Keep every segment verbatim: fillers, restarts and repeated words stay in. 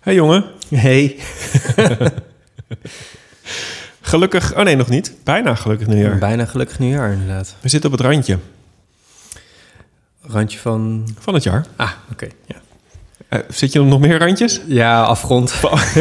Hey jongen. Hey. Gelukkig... Oh nee, nog niet. Bijna gelukkig nieuwjaar. Bijna gelukkig nieuwjaar, inderdaad. We zitten op het randje. Randje van... Van het jaar. Ah, oké. Okay, ja. Uh, zit je op nog meer randjes? Ja, afgrond.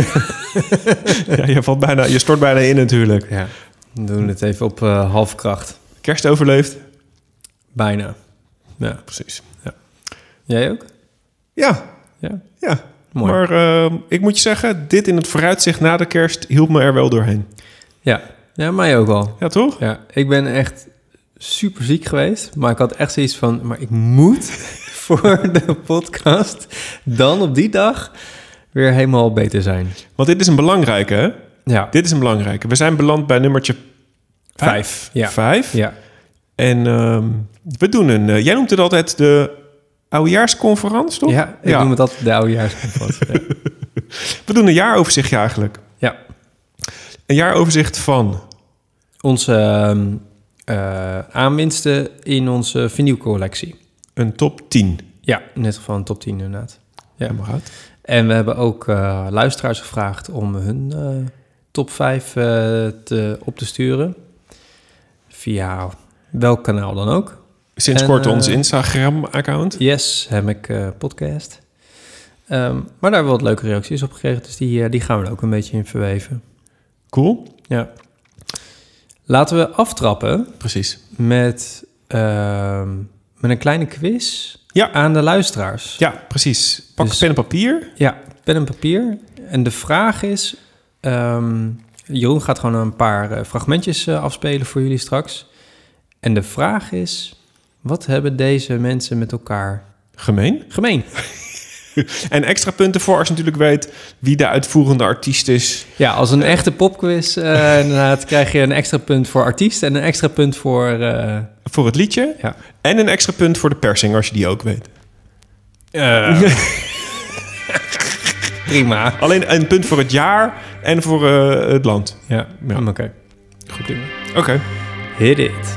Ja, je, valt bijna, je stort bijna in natuurlijk. Ja, we doen het even op uh, half kracht. Kerst overleefd? Bijna. Ja, precies. Ja. Jij ook? Ja. Ja? Ja. Mooi. Maar uh, ik moet je zeggen, dit in het vooruitzicht na de kerst hielp me er wel doorheen. Ja, ja, mij ook al. Ja, toch? Ja, ik ben echt super ziek geweest, maar ik had echt zoiets van, maar ik moet voor de podcast dan op die dag weer helemaal beter zijn. Want dit is een belangrijke, hè? Ja. Dit is een belangrijke. We zijn beland bij nummertje vijf. Ja. Vijf? Ja. En uh, we doen een... Uh, jij noemt het altijd de oudejaarsconferentie, toch? Ja, ik ja. noem het altijd de oudejaarsconferentie. Ja. We doen een jaaroverzichtje eigenlijk. Ja. Een jaaroverzicht van... Onze uh, aanwinsten in onze vinylcollectie. Een top tien. Ja, in dit geval een top tien inderdaad. Ja, helemaal goed. En we hebben ook uh, luisteraars gevraagd om hun uh, top vijf uh, te, op te sturen. Via welk kanaal dan ook. Sinds en, kort uh, ons Instagram-account. Yes, heb ik uh, podcast. Um, maar daar hebben we wat leuke reacties op gekregen. Dus die, uh, die gaan we er ook een beetje in verweven. Cool. Ja. Laten we aftrappen. Precies. Met, uh, met een kleine quiz ja. aan de luisteraars. Ja, precies. Pak dus, pen en papier. Ja, pen en papier. En de vraag is... Um, Jeroen gaat gewoon een paar uh, fragmentjes uh, afspelen voor jullie straks. En de vraag is... Wat hebben deze mensen met elkaar... Gemeen? Gemeen. En extra punten voor als je natuurlijk weet wie de uitvoerende artiest is. Ja, als een echte popquiz uh, inderdaad krijg je een extra punt voor artiest en een extra punt voor... Uh... Voor het liedje. Ja. En een extra punt voor de persing, als je die ook weet. Uh. Prima. Alleen een punt voor het jaar en voor uh, het land. Ja, ja. Oké. Okay. Goed ding. Oké. Okay. Hit it.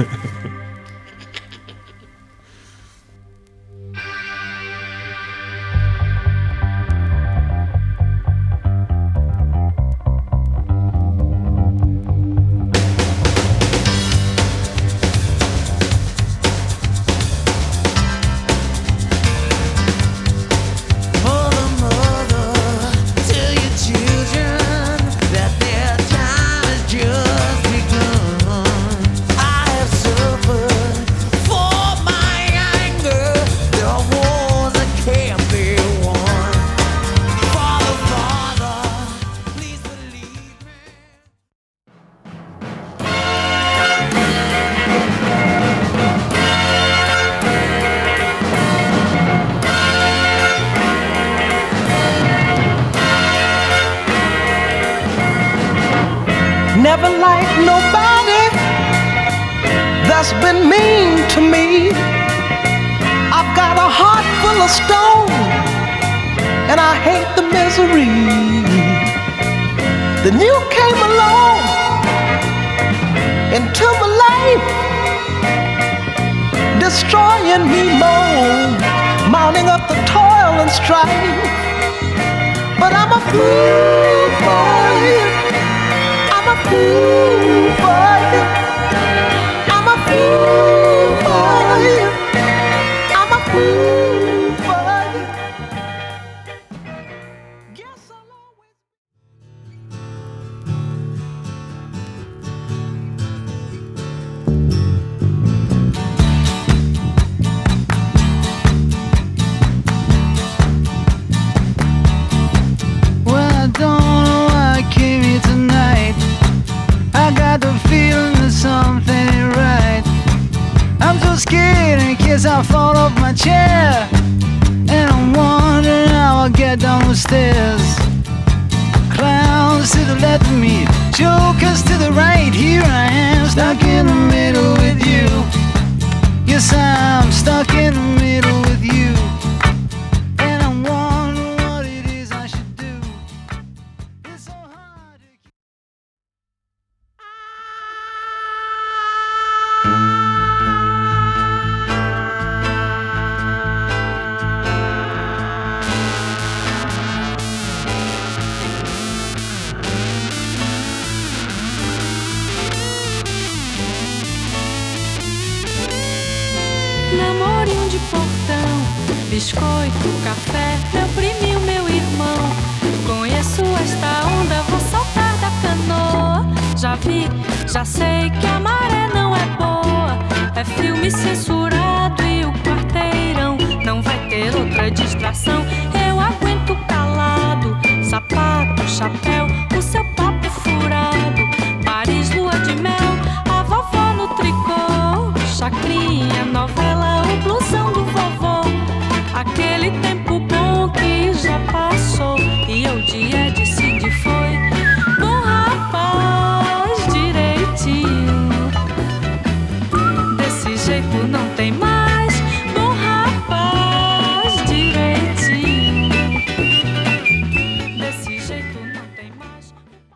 Never liked nobody that's been mean to me. I've got a heart full of stone and I hate the misery. Then you came along into my life, destroying me more, mounting up the toil and strife. But I'm a fool for you. I'm a fool for you. I'm a fool for you. I'm a fool for you. Guess I'll always. Well, I don't know why I came here tonight. I got the feeling that something ain't right. I'm so scared in case I fall off my chair, and I'm wondering how I'll get down the stairs. Clowns to the left of me, jokers to the right. Here I am, stuck in the middle with you. Yes, I'm stuck in the middle with you. And I'm wondering what it is I should do. It's so hard to keep. biscoito, café, meu primo, meu irmão. Conheço esta onda, vou saltar da canoa. Já vi, já sei que a maré não é boa. É filme censurado e o quarteirão não vai ter outra distração. Eu aguento calado, sapato, chapéu, o seu papo furado. Paris, lua de mel, a vovó no tricô. Chacrinha, novela, o blusão do vovô. Aquele tempo bom que já passou e o dia de Cid foi. Bom rapaz, direitinho, desse jeito não tem mais. Bom rapaz, direitinho, desse jeito não tem mais.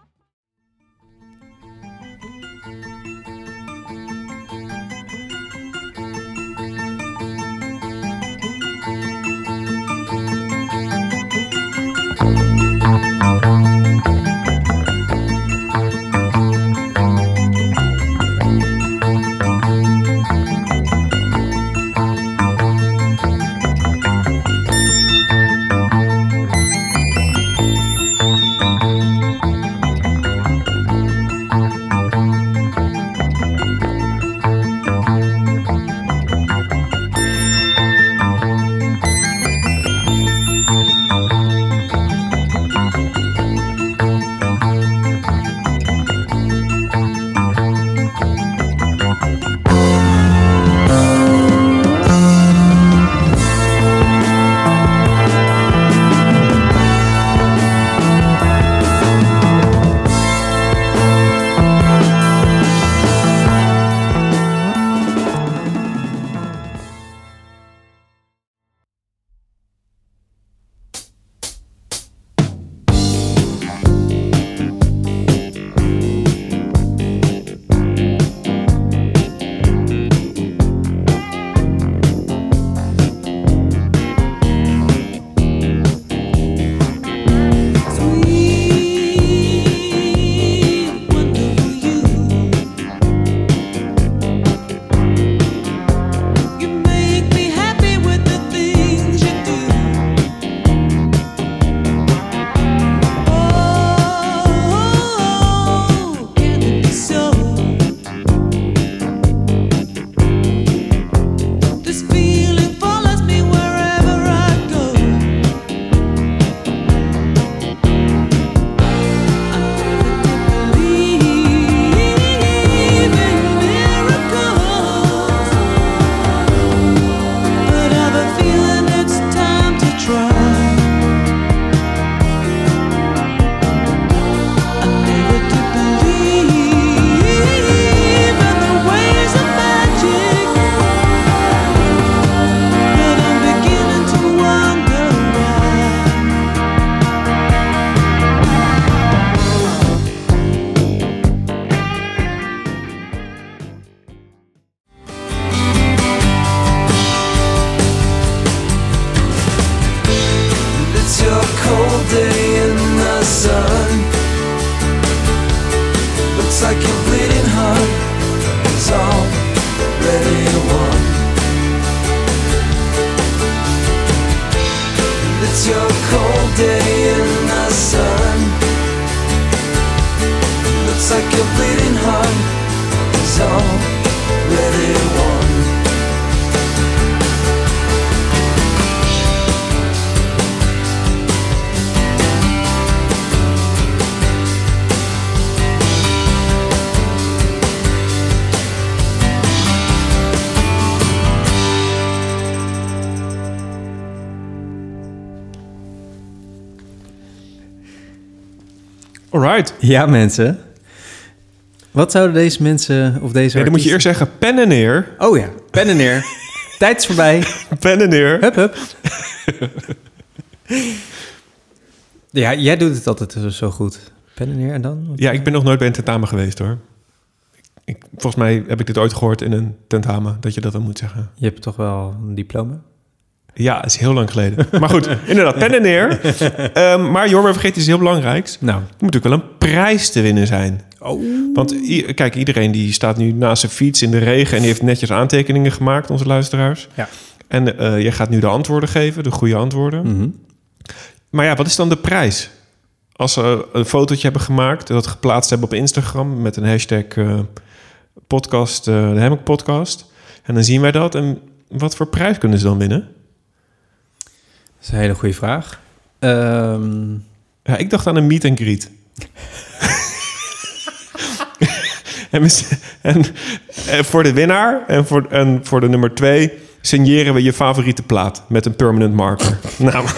Alright. Ja, mensen. Wat zouden deze mensen of deze Nee, dan moet je eerst zeggen pen en neer. Oh ja, pen en neer. Tijd is voorbij. Pen en neer. Hup, hup. Ja, jij doet het altijd zo goed. Pen en neer en dan? Ja, ik ben nog nooit bij een tentamen geweest, hoor. Ik, volgens mij heb ik dit ooit gehoord in een tentamen, dat je dat dan moet zeggen. Je hebt toch wel een diploma? Ja, dat is heel lang geleden. Maar goed, inderdaad, pen en neer. Um, maar Jorma vergeet iets heel belangrijks. Nou. Er moet natuurlijk wel een prijs te winnen zijn. Oh. Want i- kijk, iedereen die staat nu naast zijn fiets in de regen en die heeft netjes aantekeningen gemaakt, onze luisteraars. Ja. En uh, je gaat nu de antwoorden geven, de goede antwoorden. Mm-hmm. Maar ja, wat is dan de prijs? Als ze een fotootje hebben gemaakt, dat geplaatst hebben op Instagram met een hashtag uh, podcast, uh, de Hammock Podcast. En dan zien wij dat. En wat voor prijs kunnen ze dan winnen? Dat is een hele goede vraag. Um... Ja, ik dacht aan een meet and greet. en, we, en, en voor de winnaar en voor, en voor de nummer twee signeren we je favoriete plaat met een permanent marker. Nou...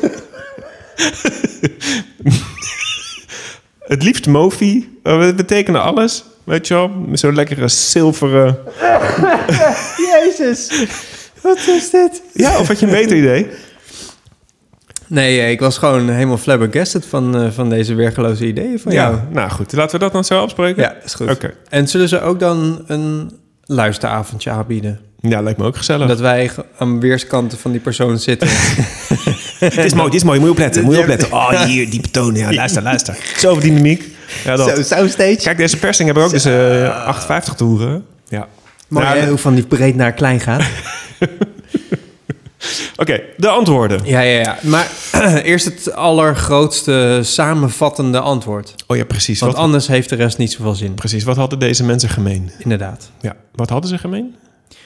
Het liefst Mofi. We betekenen alles. Weet je wel? Met zo'n lekkere zilveren... Jezus. Wat is dit? Ja, of had je een beter idee? Nee, ik was gewoon helemaal flabbergasted van, uh, van deze weergeloze ideeën van ja, jou. Nou goed, laten we dat dan zo afspreken? Ja, is goed. Okay. En zullen ze ook dan een luisteravondje aanbieden? Ja, lijkt me ook gezellig. Dat wij aan weerskanten van die persoon zitten. Het is mooi, dit is mooi. Moet je opletten, moet je opletten. Oh, hier, die tonen. Ja, luister, luister. Zoveel dynamiek. Ja, dat. Zo, soundstage. Kijk, deze persing hebben ook dus uh, achtenvijftig toeren. Ja. Mooi, nou, hoe van die breed naar klein gaat. Oké, okay, de antwoorden. Ja, ja, ja. Maar eerst het allergrootste samenvattende antwoord. Oh ja, precies. Want wat anders heeft de rest niet zoveel zin. Precies, wat hadden deze mensen gemeen? Inderdaad. Ja, wat hadden ze gemeen?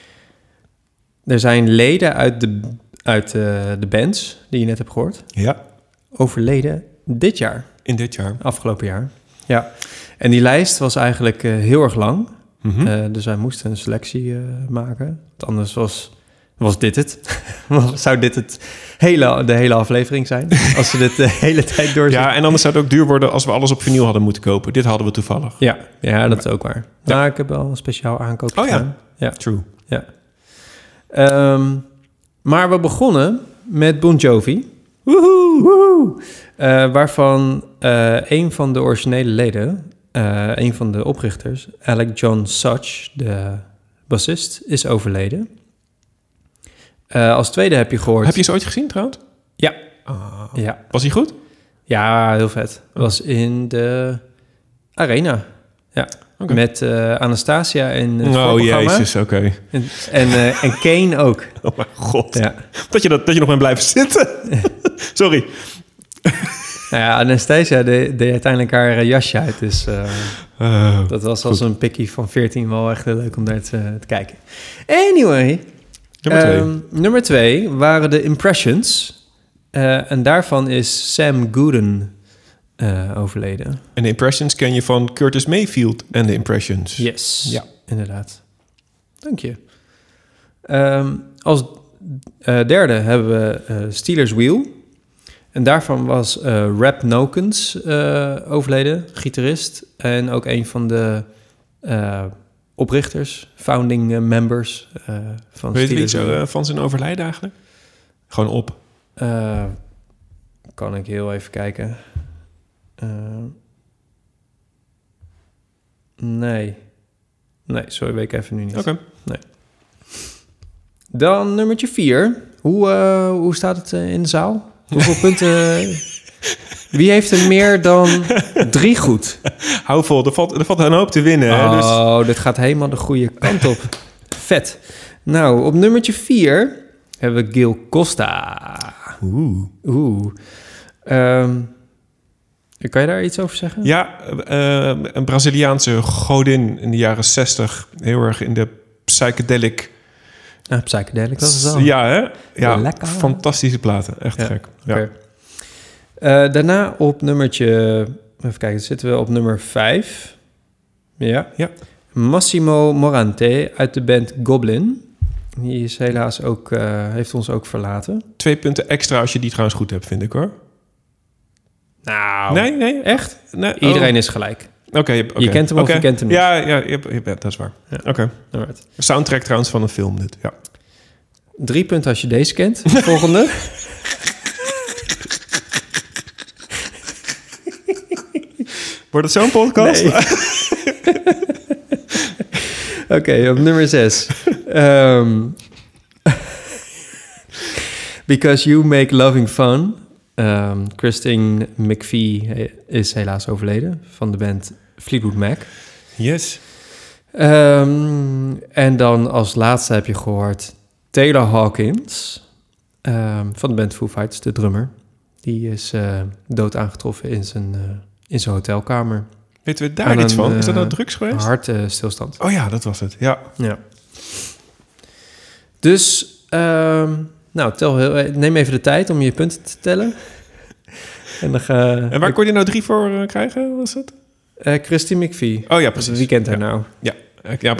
Er zijn leden uit de, uit uh, de bands, die je net hebt gehoord... Ja. overleden dit jaar. In dit jaar. Afgelopen jaar. Ja. En die lijst was eigenlijk uh, heel erg lang. Mm-hmm. Uh, dus wij moesten een selectie uh, maken. Want anders was, was dit het. Zou dit het hele, de hele aflevering zijn? Als we dit de hele tijd doorzien. Ja, en anders zou het ook duur worden als we alles op vinyl hadden moeten kopen. Dit hadden we toevallig. Ja, ja dat is ook waar. Ja. Nou, ik heb wel een speciaal aankoop oh, gedaan. Ja. Ja, true. Ja. Um, maar we begonnen met Bon Jovi. Woehoe! Woehoe! Uh, waarvan uh, een van de originele leden, uh, een van de oprichters, Alec John Such, de bassist, is overleden. Uh, als tweede heb je gehoord... Heb je ze ooit gezien trouwens? Ja. Uh, ja. Was hij goed? Ja, heel vet. Oh. Was in de Arena. Ja. Okay. Met uh, Anastasia en het oh, jezus, oké. Okay. En, en, uh, en Kane ook. Oh mijn god. Ja. Dat, je dat, dat je nog bent blijven zitten. Sorry. Nou ja, Anastasia deed, deed uiteindelijk haar uh, jasje uit. Dus uh, uh, dat was als goed. Een pikkie van veertien wel echt leuk om daar te, te kijken. Anyway. Nummer twee. Um, nummer twee waren de Impressions. Uh, en daarvan is Sam Gooden uh, overleden. En de Impressions ken je van Curtis Mayfield en de Impressions. Yes, ja, inderdaad. Dank je. Um, als uh, derde hebben we uh, Steelers Wheel. En daarvan was uh, Rap Nokens uh, overleden, gitarist. En ook een van de uh, oprichters, founding uh, members uh, van Weet Steelers je iets uh, van zijn overlijden eigenlijk? Gewoon op. Uh, kan ik heel even kijken. Uh, nee. Nee, sorry, weet ik even nu niet. Oké. Okay. Nee. Dan nummertje vier. Hoe, uh, hoe staat het uh, in de zaal? Hoeveel punten? Wie heeft er meer dan drie goed? Hou vol, er valt, er valt een hoop te winnen. Oh, dus... dit gaat helemaal de goede kant op. Vet. Nou, op nummertje vier hebben we Gil Costa. Oeh. Oeh. Um, kan je daar iets over zeggen? Ja, uh, een Braziliaanse godin in de jaren zestig. Heel erg in de psychedelic... Ah, psychedelic, dat is wel. Ja, hè? Ja, lekker. Fantastische platen. Echt ja. gek. Ja. Okay. Uh, daarna op nummertje... Even kijken, zitten we op nummer vijf. Ja. ja. Massimo Morante uit de band Goblin. Die is helaas ook, uh, heeft ons ook verlaten. Twee punten extra als je die trouwens goed hebt, vind ik hoor. Nou. Nee, nee, echt? Nee, Iedereen oh. is gelijk. Oké, okay, okay. Je kent hem okay. of je kent hem niet. Ja, ja, ja, ja dat is waar. Ja. Oké. Okay. Alright. Soundtrack trouwens van een film dit, ja. Drie punten als je deze kent. Volgende. Wordt het zo'n podcast? Nee. Oké, okay, op nummer zes. Um, Because You Make Loving Fun. Um, Christine McVie is helaas overleden van de band Fleetwood Mac. Yes. Um, en dan als laatste heb je gehoord Taylor Hawkins uh, van de band Foo Fighters, de drummer. Die is uh, dood aangetroffen in zijn, uh, in zijn hotelkamer. Weten we daar Aan iets een, van? Is dat nou uh, drugs geweest? Hartstilstand. Oh ja, dat was het. Ja. Ja. Dus, um, nou, tel heel, neem even de tijd om je punten te tellen. En, dan ga, En waar kon je nou drie voor uh, krijgen, was het? Uh, Christy McVie. Oh ja, precies. Wie kent haar ja. nou? Ja. ja.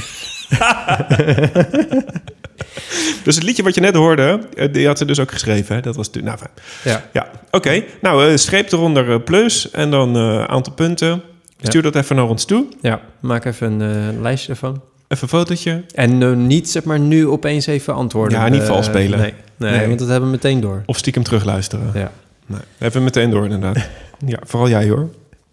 Dus het liedje wat je net hoorde, die had ze dus ook geschreven. Hè? Dat was nou, fijn. Ja. Ja, oké. Okay. Nou, uh, streep eronder uh, plus en dan een uh, aantal punten. Stuur ja. dat even naar ons toe. Ja, maak even een uh, lijstje ervan. Even een fotootje. En uh, niet, zeg maar, nu opeens even antwoorden. Ja, niet uh, vals spelen. Nee, nee, nee, want dat hebben we meteen door. Of stiekem terugluisteren. Ja. Nee, hebben we meteen door, inderdaad. Ja, vooral jij, hoor.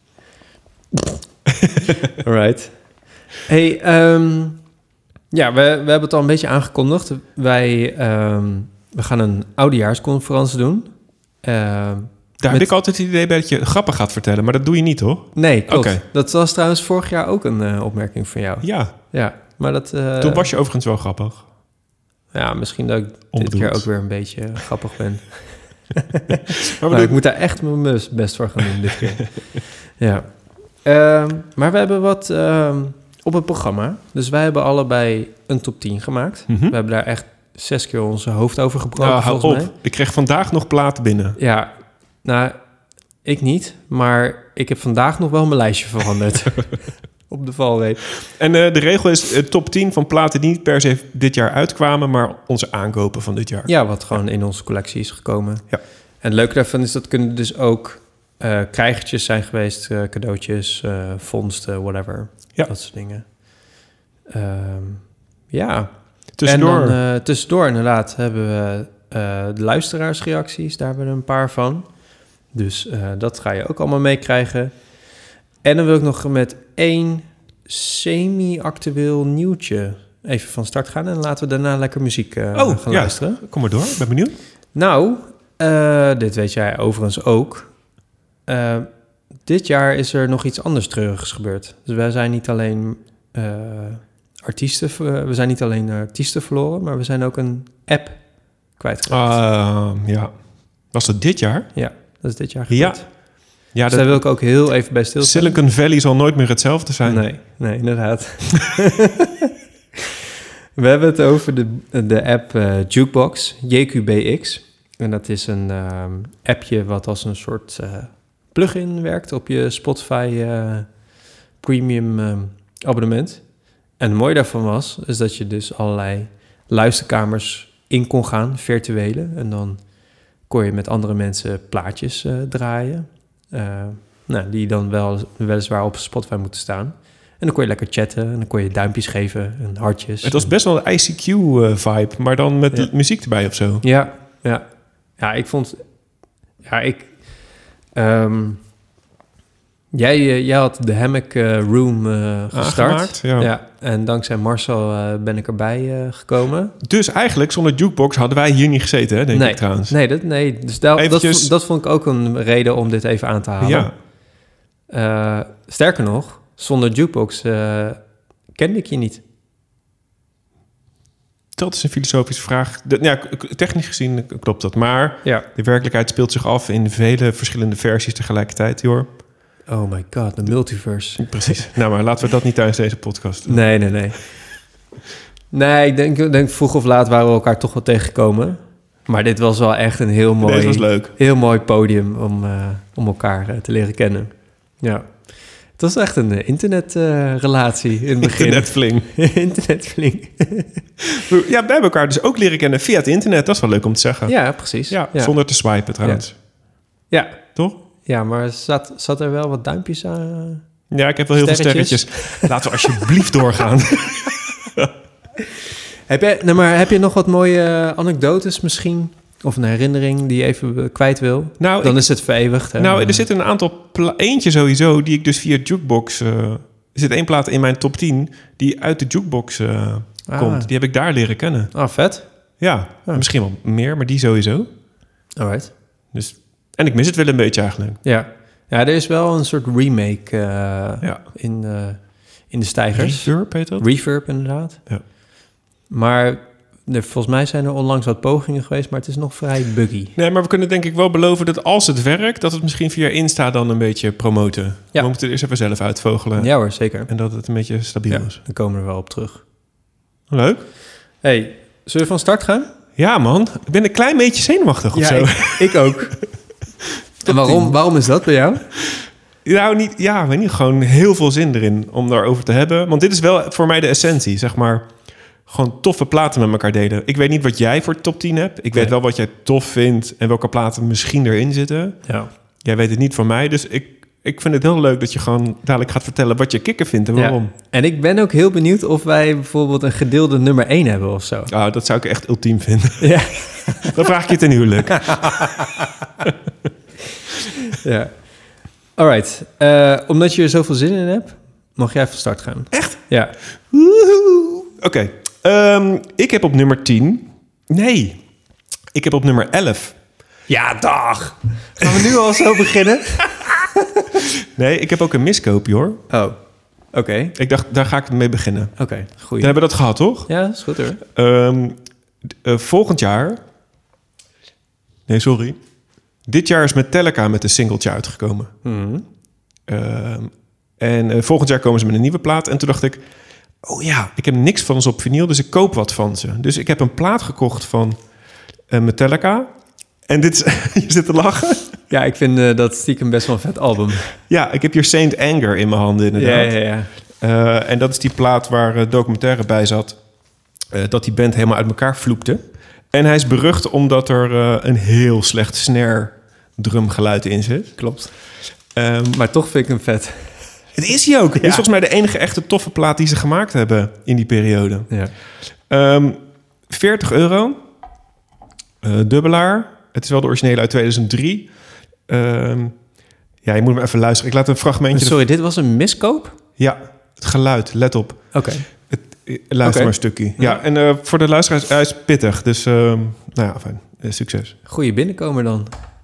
Alright. Hey, um, ja, we, we hebben het al een beetje aangekondigd. Wij um, we gaan een oudejaarsconferentie doen. Uh, Daar met... heb ik altijd het idee bij dat je grappen gaat vertellen, maar dat doe je niet, hoor. Nee, klopt. Okay. Dat was trouwens vorig jaar ook een uh, opmerking van jou. Ja. Ja, maar dat... Uh, Toen was je overigens wel grappig. Ja, misschien dat ik Onbedoeld. dit keer ook weer een beetje grappig ben. maar nou, ik moet daar echt mijn best voor gaan doen dit keer. Ja. Um, maar we hebben wat um, op het programma. Dus wij hebben allebei een top tien gemaakt. Mm-hmm. We hebben daar echt zes keer onze hoofd over gebroken, nou, volgens hou op. mij. Ik kreeg vandaag nog platen binnen. Ja, nou, ik niet. Maar ik heb vandaag nog wel mijn lijstje veranderd. Op de valreep. En uh, de regel is uh, top tien van platen die niet per se dit jaar uitkwamen, maar onze aankopen van dit jaar. Ja, wat gewoon ja. in onze collectie is gekomen. Ja. En het leuke daarvan is dat kunnen dus ook uh, krijgertjes zijn geweest, uh, cadeautjes, uh, vondsten, whatever. Ja. Dat soort dingen. Um, ja. Tussendoor. En dan, uh, tussendoor inderdaad hebben we uh, de luisteraarsreacties. Daar hebben we er een paar van. Dus uh, dat ga je ook allemaal meekrijgen. En dan wil ik nog met één semi-actueel nieuwtje even van start gaan. En laten we daarna lekker muziek uh, oh, gaan ja. luisteren. Kom maar door, ik ben benieuwd. Nou, uh, dit weet jij overigens ook. Uh, dit jaar is er nog iets anders treurigs gebeurd. Dus wij zijn niet alleen uh, artiesten, uh, we zijn niet alleen artiesten verloren, maar we zijn ook een app kwijtgeraakt. Uh, ja. Was dat dit jaar? Ja, dat is dit jaar gebeurd. Ja. Ja, dus dat... daar wil ik ook heel even bij stilstaan. Silicon Valley zal nooit meer hetzelfde zijn. Nee, nee, inderdaad. We hebben het over de, de app uh, Jukebox, J Q B X. En dat is een um, appje wat als een soort uh, plugin werkt op je Spotify uh, premium um, abonnement. En het mooie daarvan was, is dat je dus allerlei luisterkamers in kon gaan, virtuele. En dan kon je met andere mensen plaatjes uh, draaien. Uh, nou, die dan wel weliswaar op Spotify moeten staan. En dan kon je lekker chatten en dan kon je duimpjes geven en hartjes. Het was best wel een I C Q-vibe, uh, maar dan met ja. muziek erbij of zo. Ja, ja. Ja, ik vond... Ja, ik... Um, jij, uh, jij had de Hammock uh, Room uh, gestart. Aangemaakt, ja. ja. En dankzij Marcel uh, ben ik erbij uh, gekomen. Dus eigenlijk, zonder Jukebox hadden wij hier niet gezeten, hè, denk nee, ik trouwens. Nee, dat, nee. Dus da- Eventjes... dat, dat vond ik ook een reden om dit even aan te halen. Ja. Uh, sterker nog... Zonder Jukebox uh, kende ik je niet. Dat is een filosofische vraag. De, ja, technisch gezien klopt dat. Maar ja. de werkelijkheid speelt zich af in vele verschillende versies tegelijkertijd, hoor. Oh my god, de multiverse. Precies. Nou, maar laten we dat niet tijdens deze podcast doen. Nee, nee, nee. Nee, ik denk, ik denk vroeg of laat waren we elkaar toch wel tegengekomen. Maar dit was wel echt een heel mooi... Deze was leuk. Heel mooi podium om, uh, om elkaar uh, te leren kennen. Ja. Het was echt een uh, internetrelatie uh, in het begin. Internetfling. Internetfling. Ja, wij hebben elkaar dus ook leren kennen via het internet. Dat is wel leuk om te zeggen. Ja, precies. Ja, ja. Zonder te swipen trouwens. Ja. ja. Toch? Ja, maar zat, zat er wel wat duimpjes aan? Ja, ik heb wel heel veel sterretjes. Laten we alsjeblieft doorgaan. heb, je, nou maar, heb je nog wat mooie anekdotes misschien... Of een herinnering die je even kwijt wil. Nou, Dan ik, is het vereeuwigd. Hè? Nou, er zitten een aantal... Pla- eentje sowieso, die ik dus via Jukebox... Uh, er zit één plaat in mijn top tien... die uit de Jukebox uh, ah. komt. Die heb ik daar leren kennen. Ah, vet. Ja, ah. misschien wel meer, maar die sowieso. Alright. Dus, en ik mis het wel een beetje eigenlijk. Ja, ja er is wel een soort remake uh, ja. in, uh, in de stijgers. Reverb heet dat? Reverb, inderdaad. Ja. Maar... er, volgens mij zijn er onlangs wat pogingen geweest, maar het is nog vrij buggy. Nee, maar we kunnen denk ik wel beloven dat als het werkt, dat het misschien via Insta dan een beetje promoten. Ja. We moeten het eerst even zelf uitvogelen. Ja hoor, zeker. En dat het een beetje stabiel Ja, is. dan komen we er wel op terug. Leuk. Hey, zullen we van start gaan? Ja, man. Ik ben een klein beetje zenuwachtig of Ja, zo. ik, ik ook. En waarom, waarom is dat bij jou? Nou, niet, ja, weet niet, gewoon heel veel zin erin om daarover te hebben. Want dit is wel voor mij de essentie, zeg maar. Gewoon toffe platen met elkaar delen. Ik weet niet wat jij voor top tien hebt. Ik Nee. weet wel wat jij tof vindt en welke platen misschien erin zitten. Ja. Jij weet het niet van mij, dus ik, ik vind het heel leuk dat je gewoon dadelijk gaat vertellen wat je kikker vindt en waarom. Ja. En ik ben ook heel benieuwd of wij bijvoorbeeld een gedeelde nummer één hebben of zo. Ah, dat zou ik echt ultiem vinden. Ja. Dan vraag ik je ten huwelijk. Ja. Alright. Uh, omdat je er zoveel zin in hebt, mag jij van start gaan. Echt? Ja. Woehoe. Oké. Okay. Um, ik heb op nummer tien... Nee. Ik heb op nummer elf... Ja, dag. Gaan we nu al zo beginnen? Nee, ik heb ook een miskoopje, hoor. Oh, oké. Okay. Ik dacht, daar ga ik mee beginnen. Oké, okay, goed. Dan hebben we dat gehad, toch? Ja, dat is goed hoor. Um, uh, volgend jaar... Nee, sorry. Dit jaar is Metallica met een singeltje uitgekomen. Mm-hmm. Um, en uh, volgend jaar komen ze met een nieuwe plaat. En toen dacht ik... Oh ja, ik heb niks van ze op vinyl, dus ik koop wat van ze. Dus ik heb een plaat gekocht van uh, Metallica... En dit is, je zit te lachen. Ja, ik vind uh, dat stiekem best wel een vet album. Ja, ik heb hier Saint Anger in mijn handen inderdaad. Ja, ja, ja. Uh, en dat is die plaat waar uh, documentaire bij zat. Uh, dat die band helemaal uit elkaar vloekte. En hij is berucht omdat er uh, een heel slecht snare drumgeluid in zit. Klopt. Um, maar toch vind ik hem vet. Het is hij ook. Ja. Dit is volgens mij de enige echte toffe plaat die ze gemaakt hebben in die periode. Ja. Um, veertig euro. Uh, dubbelaar. Het is wel de originele uit tweeduizend drie. Um, ja, je moet hem even luisteren. Ik laat een fragmentje... Sorry, dit was een miskoop? Ja, het geluid. Let op. Oké. Okay. Luister okay. maar een stukje. Ja, ja en uh, voor de luisteraars, hij is pittig. Dus, uh, nou ja, fijn. Uh, succes. Goeie binnenkomer dan.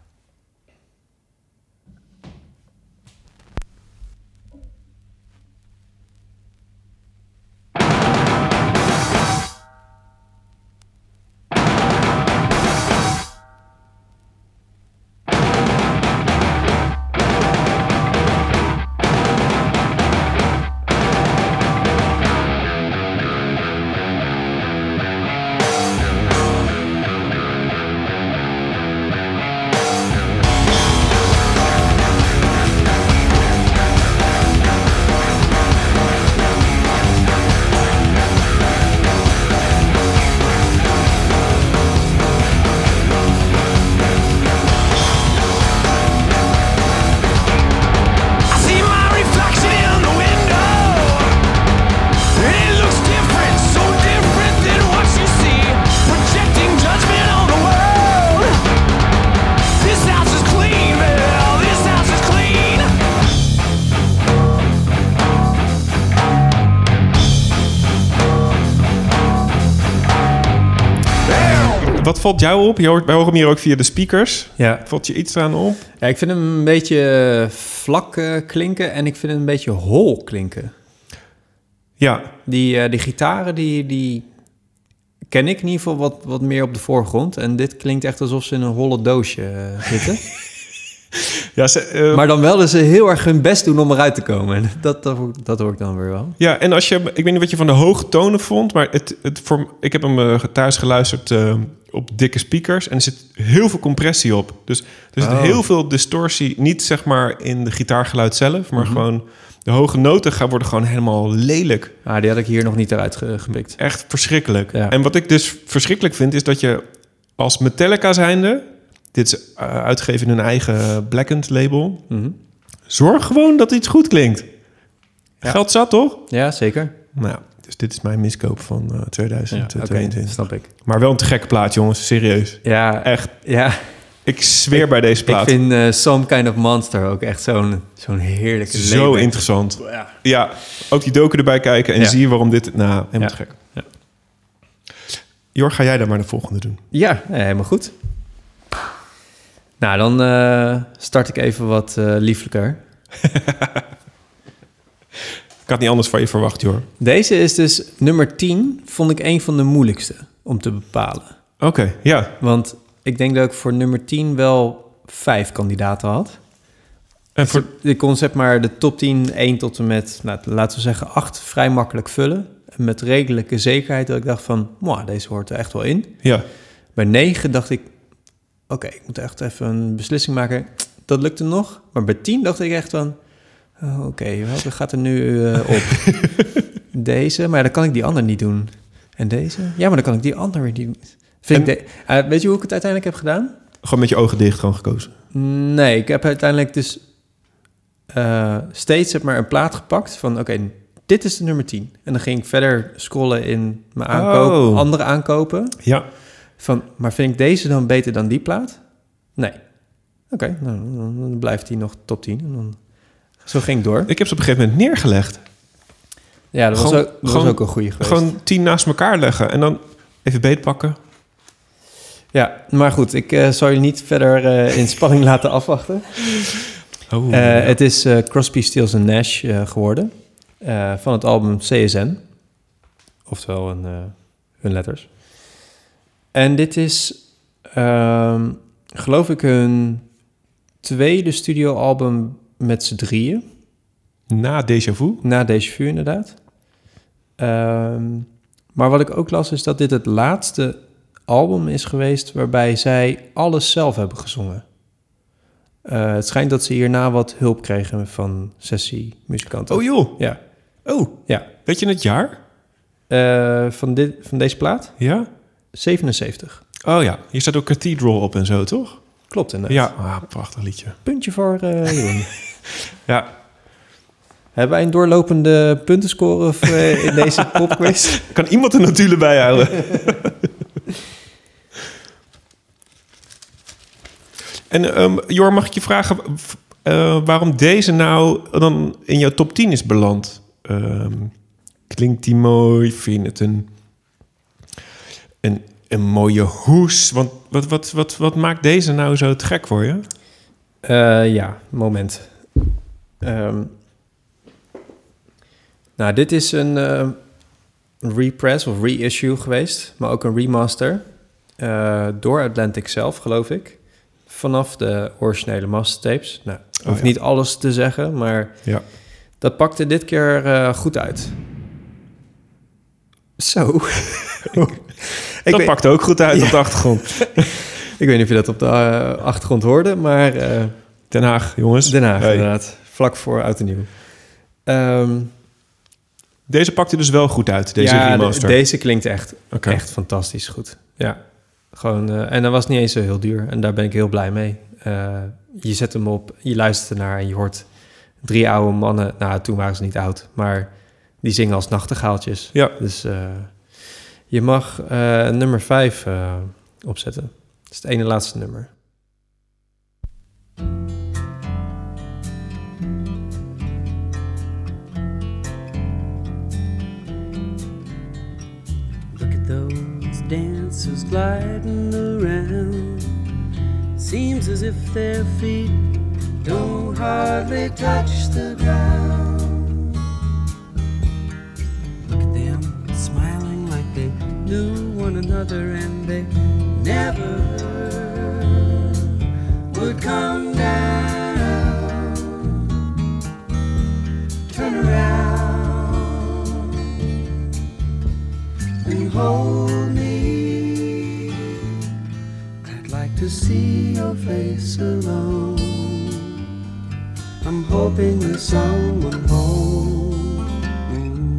Wat valt jou op? Je hoort, wij horen hem hier ook via de speakers. Ja. Valt je iets aan op? Ja, ik vind hem een beetje vlak uh, klinken en ik vind hem een beetje hol klinken. Ja. Die, uh, die gitaren, die, die ken ik in ieder geval wat, wat meer op de voorgrond. En dit klinkt echt alsof ze in een holle doosje uh, zitten. Ja, ze, uh, maar dan wel dat ze heel erg hun best doen om eruit te komen. En dat, dat, dat hoor ik dan weer wel. Ja, en als je... Ik weet niet wat je van de hoge tonen vond, maar het, het voor, ik heb hem uh, thuis geluisterd uh, op dikke speakers. En er zit heel veel compressie op. Dus er zit oh. heel veel distortie. Niet zeg maar in de gitaargeluid zelf, maar mm-hmm. gewoon... De hoge noten gaan worden gewoon helemaal lelijk. Ah, die had ik hier nog niet eruit ge- gepikt. Echt verschrikkelijk. Ja. En wat ik dus verschrikkelijk vind, is dat je als Metallica zijnde... Dit is uh, uitgegeven in hun eigen Blackened label. Mm-hmm. Zorg gewoon dat iets goed klinkt. Ja. Geld zat, toch? Ja, zeker. Nou ja, dus dit is mijn miskoop van uh, tweeduizend tweeëntwintig. Ja, okay, snap ik. Maar wel een te gekke plaat, jongens. Serieus. Ja. Echt. Ja. Ik zweer ik, bij deze plaat. Ik vind uh, Some Kind of Monster ook echt zo'n, zo'n heerlijke... Zo label. Interessant. Ja. Ja, ook die docu erbij kijken en ja. zie je waarom dit... Nou, helemaal ja. te gek. Ja. Jor, ga jij daar maar de volgende doen? Ja, ja helemaal goed. Nou, dan uh, start ik even wat uh, lieflijker. Ik had niet anders van je verwacht, hoor. Deze is dus nummer tien, vond ik een van de moeilijkste. om te bepalen. Oké, okay, ja. Want ik denk dat ik voor nummer tien wel vijf kandidaten had. En voor... Ik kon zeg maar de top tien, één tot en met, nou, laten we zeggen, acht vrij makkelijk vullen. En met redelijke zekerheid dat ik dacht van, wow, deze hoort er echt wel in. Ja. Bij negen dacht ik, oké, okay, ik moet echt even een beslissing maken. Dat lukte nog. Maar bij tien dacht ik echt van, oh, oké, okay, welke gaat er nu uh, op? Deze, maar dan kan ik die ander niet doen. En deze? Ja, maar dan kan ik die ander weer niet doen. Vind en... ik de... uh, weet je hoe ik het uiteindelijk heb gedaan? Gewoon met je ogen dicht gewoon gekozen? Nee, ik heb uiteindelijk dus uh, steeds heb maar een plaat gepakt van, oké, okay, dit is de nummer tien. En dan ging ik verder scrollen in mijn aankoop, oh. andere aankopen. Ja. Van, maar vind ik deze dan beter dan die plaat? Nee. Oké, okay, nou, dan blijft die nog top tien. En dan... Zo ging ik door. Ik heb ze op een gegeven moment neergelegd. Ja, dat, gewoon, was, ook, dat gewoon, was ook een goede geweest. Gewoon tien naast elkaar leggen en dan even beetpakken. Ja, maar goed, ik uh, zal je niet verder uh, in spanning laten afwachten. Oh, uh, ja. Het is uh, Crosby, Stills en Nash uh, geworden. Uh, van het album C S N. Oftewel een, uh, hun letters. En dit is, uh, geloof ik, hun tweede studioalbum met z'n drieën. Na Déjà Vu? Na Déjà Vu, inderdaad. Um, maar wat ik ook las is dat dit het laatste album is geweest waarbij zij alles zelf hebben gezongen. Uh, het schijnt dat ze hierna wat hulp kregen van sessiemuzikanten. Oh joh? Ja. Oh, ja. Weet je het jaar? Uh, van, dit, van deze plaat? Ja? zevenenzeventig. Oh ja, hier staat ook Cathedral op en zo, toch? Klopt inderdaad. Ja, ah, prachtig liedje. Puntje voor uh, Jeroen. Ja. Hebben wij een doorlopende puntenscore of, uh, in deze popquiz? Kan iemand er natuurlijk bij houden? En um, Jor, mag ik je vragen uh, waarom deze nou dan in jouw top tien is beland? Um, klinkt die mooi? Vind je het een, een, een mooie hoes? Want wat, wat, wat, wat maakt deze nou zo te gek voor je? Uh, ja, moment. Um, nou, dit is een uh, repress of reissue geweest, maar ook een remaster uh, door Atlantic zelf, geloof ik. Vanaf de originele mastertapes. Nou, ik hoef oh, ja. niet alles te zeggen, maar ja. dat pakte dit keer uh, goed uit. Zo. dat weet... pakte ook goed uit ja. op de achtergrond. Ik weet niet of je dat op de uh, achtergrond hoorde, maar... Uh, Den Haag, jongens. Den Haag, hey. inderdaad. Vlak voor Oud en Nieuw. Um, deze pakte dus wel goed uit, deze ja, remaster. De, deze klinkt echt, okay. echt fantastisch goed. Ja. Gewoon, uh, en dat was niet eens zo heel duur. En daar ben ik heel blij mee. Uh, je zet hem op, je luistert ernaar en je hoort drie oude mannen. Nou, toen waren ze niet oud, maar die zingen als nachtegaaltjes. Ja. Dus uh, je mag uh, nummer vijf uh, opzetten. Dat is het ene laatste nummer. Look at those dancers gliding around. Seems as if their feet don't hardly touch the ground. Look at them smiling like they knew one another and they never would come down. Turn around and hold me. I'd like to see your face alone. I'm hoping there's someone home. Mm.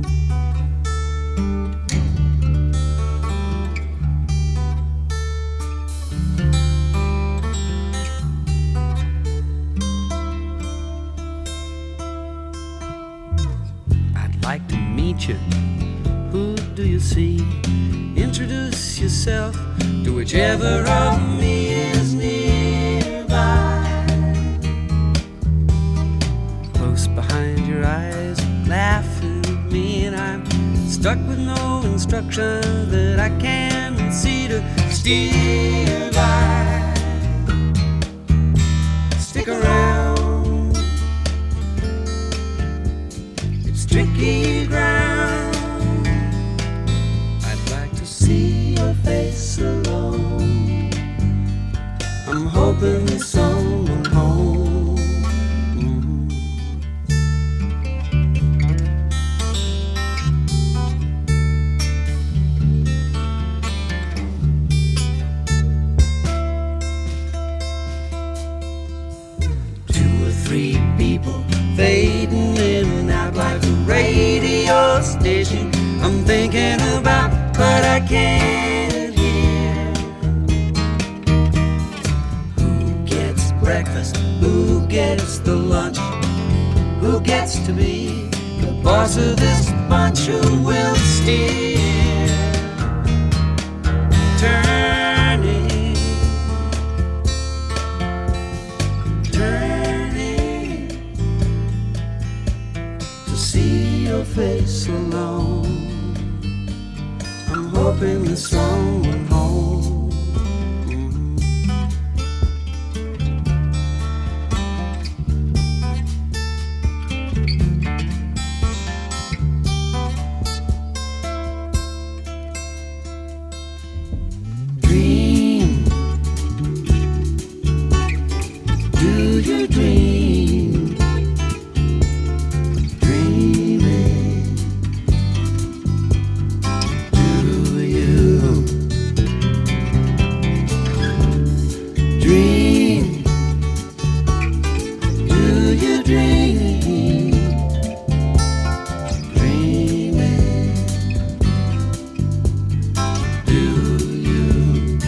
I'd like to meet you. Who do you see? Introduce yourself to whichever of me is nearby. Close behind your eyes, laughing at me, and I'm stuck with no instruction that I can see to steer by. Stick around, it's tricky ground. I'd like to see your face. can't hear. Who gets breakfast? Who gets the lunch? Who gets to be the boss of this bunch? Who will steer? Turning, turning to see your face alone. I'm hoping that someone home. Dream. Do you dream? Dreaming. Do you dream? Do you dream? Dreaming. Do you?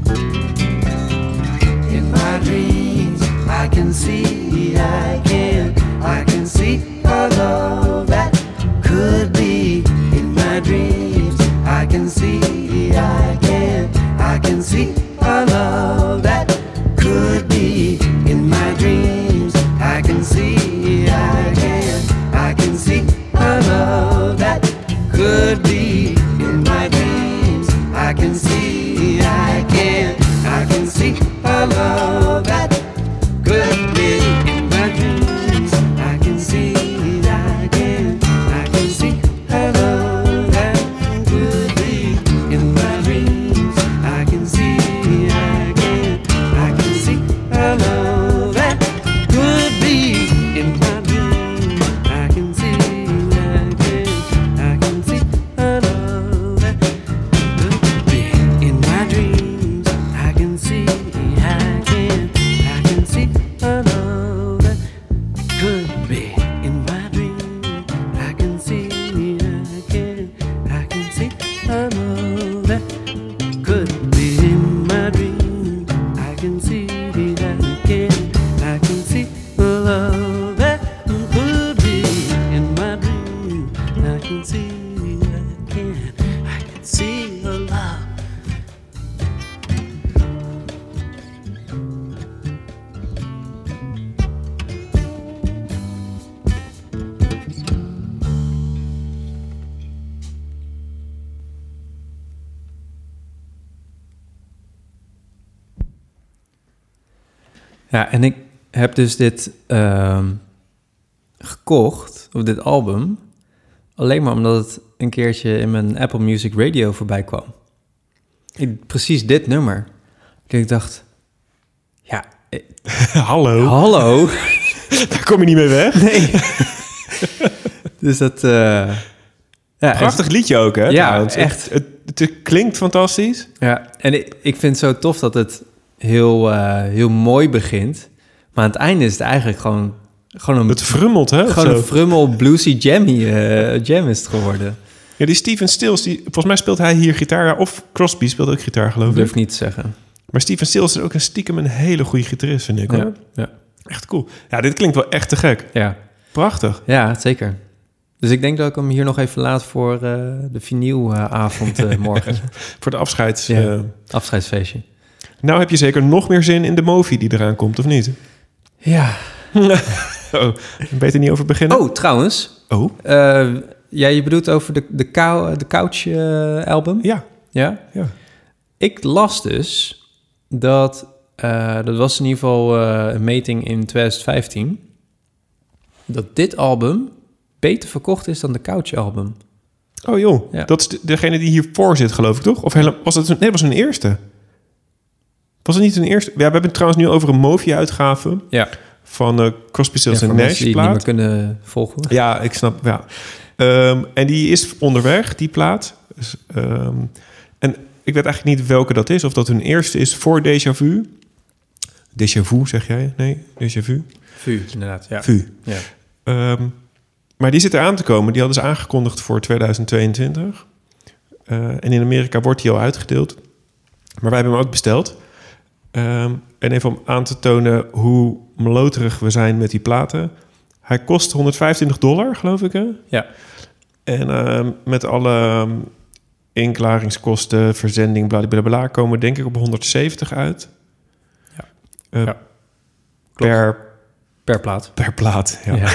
In my dreams, I can see, I can, I can see a love that could be. In my dreams, I can see, I can, I can see a love that could be. In my dreams, I can see, I can, I can see a love that could be. In my dreams, I can see, I can, I can see a love that could be. In my dreams, I can see, I can, I can see a love that could be. In my dreams, I can see, I can, I can see a love that could be. In my dreams, I can see, I can, I can see a love that could be. In my dreams, I can see, I can, I can see a love that could be. In my dreams, I can see, I can, I can see a love that could be. In my dreams, I can see, I can, I can see a love that could be. In my dreams, I can see, I can, I can see a love. Ja, en ik heb dus dit ehm, gekocht, of dit album, alleen maar omdat het een keertje in mijn Apple Music Radio voorbij kwam. Ik, precies dit nummer. Ik dacht, ja, eh, Hallo, hallo. daar kom je niet mee weg. Nee. Dus dat... eh, ja, Prachtig liedje ook, hè? Ja, trouwens. echt. Het, het, het klinkt fantastisch. Ja, en ik, ik vind het zo tof dat het heel, eh, heel mooi begint. Maar aan het einde is het eigenlijk gewoon, gewoon een, Het frummelt, hè? of gewoon zo. een frummel, bluesy jammy eh, jam is het geworden. Ja, die Steven Stills, die, volgens mij speelt hij hier gitaar. Of Crosby speelt ook gitaar, geloof Ik ik. durf niet te zeggen. Maar Steven Stills is ook een stiekem een hele goede gitarist, vind ik. Ja, Hoor. ja, Echt cool. Ja, dit klinkt wel echt te gek. ja. Prachtig. ja, zeker. Dus ik denk dat ik hem hier nog even laat voor uh, de vinylavond uh, morgen. Voor de afscheids... Ja. eh. Afscheidsfeestje. Nou heb je zeker nog meer zin in de movie die eraan komt, of niet? Ja. Oh, beter niet over beginnen? Oh, trouwens. Oh, Uh, ja, je bedoelt over de, de, kou, de Couch uh, album? ja. Ja? ja. Ik las dus dat... Uh, dat was in ieder geval uh, een meting in twintig vijftien... dat dit album beter verkocht is dan de Couch album. Oh joh, Ja. dat is de- degene die hiervoor zit, geloof ik, toch? Of hele, was het een, nee, dat was een eerste. Was het niet een eerste? Ja, we hebben het trouwens nu over een Movie-uitgave Ja, van uh, Crosby, Stills ja en voor Nash mensen die het niet meer plaat. kunnen volgen. Ja, ik snap, ja. Ehm, en die is onderweg, die plaat. Dus, ehm, en ik weet eigenlijk niet welke dat is. Of dat hun eerste is voor Déjà Vu. Déjà Vu, zeg jij? Nee, Déjà Vu. Vu, inderdaad. Ja. Vu. Ja. Ehm, maar die zit eraan te komen. Die hadden ze aangekondigd voor tweeduizend tweeëntwintig. Uh, en in Amerika wordt hij al uitgedeeld. Maar wij hebben hem ook besteld. Um, en even om aan te tonen hoe meloterig we zijn met die platen. Hij kost honderdvijfentwintig dollar, geloof ik, hè? Ja. En uh, met alle um, inklaringskosten, verzending, blablabla, komen we denk ik op honderdzeventig uit. Ja. Uh, ja. Per, per plaat. Per plaat, ja. ja.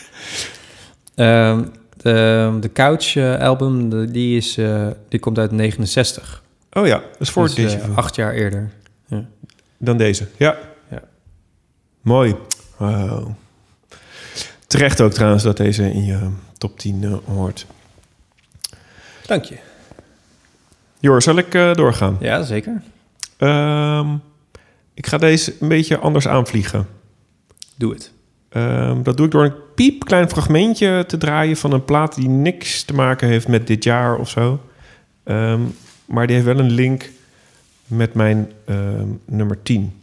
uh, de, de Couch uh, album, de, die, is, uh, die komt uit negenenzestig. Oh ja, dat is voor dus, deze. Uh, acht jaar eerder. Ja. Dan deze, ja. ja. Mooi. Wow. Terecht ook trouwens dat deze in je top tien uh, hoort. Dank je. Jor, zal ik uh, doorgaan? Ja, zeker. Um, ik ga deze een beetje anders aanvliegen. Doe het. Um, dat doe ik door een piepklein fragmentje te draaien van een plaat die niks te maken heeft met dit jaar of zo. Um, maar die heeft wel een link met mijn um, nummer tien.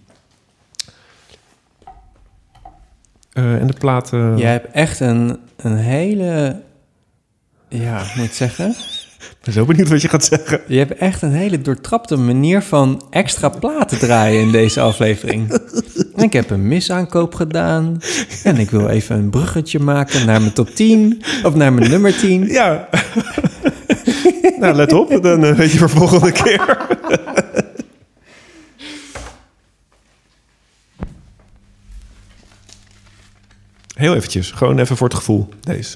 Uh, en de plaat... Uh... Jij hebt echt een, een hele... Ja, moet ik zeggen... Ik ben zo benieuwd wat je gaat zeggen. Je hebt echt een hele doortrapte manier van extra platen draaien in deze aflevering. En ik heb een misaankoop gedaan. En ik wil even een bruggetje maken naar mijn top tien. Of naar mijn nummer tien. Ja. Nou, let op. Dan uh, weet je voor volgende keer. Heel eventjes. Gewoon even voor het gevoel. Deze.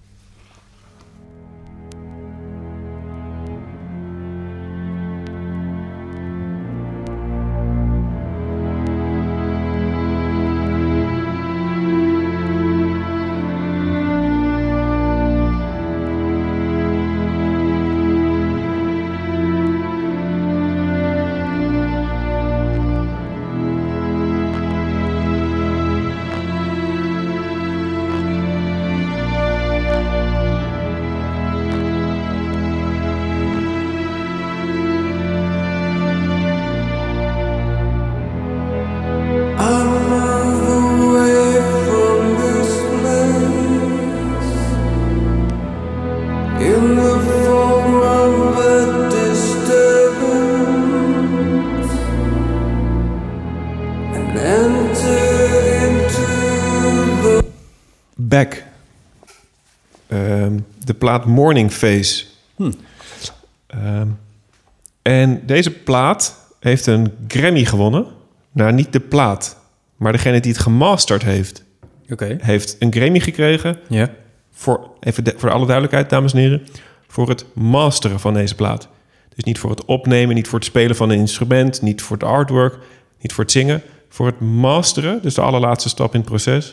Back. Um, de plaat Morning Face. Hm. Um, en deze plaat heeft een Grammy gewonnen. Nou, niet de plaat, maar degene die het gemasterd heeft. Oké. Okay. Heeft een Grammy gekregen. Ja. Voor, even de, voor alle duidelijkheid, dames en heren. Voor het masteren van deze plaat. Dus niet voor het opnemen, niet voor het spelen van een instrument, niet voor het artwork, niet voor het zingen. Voor het masteren, dus de allerlaatste stap in het proces.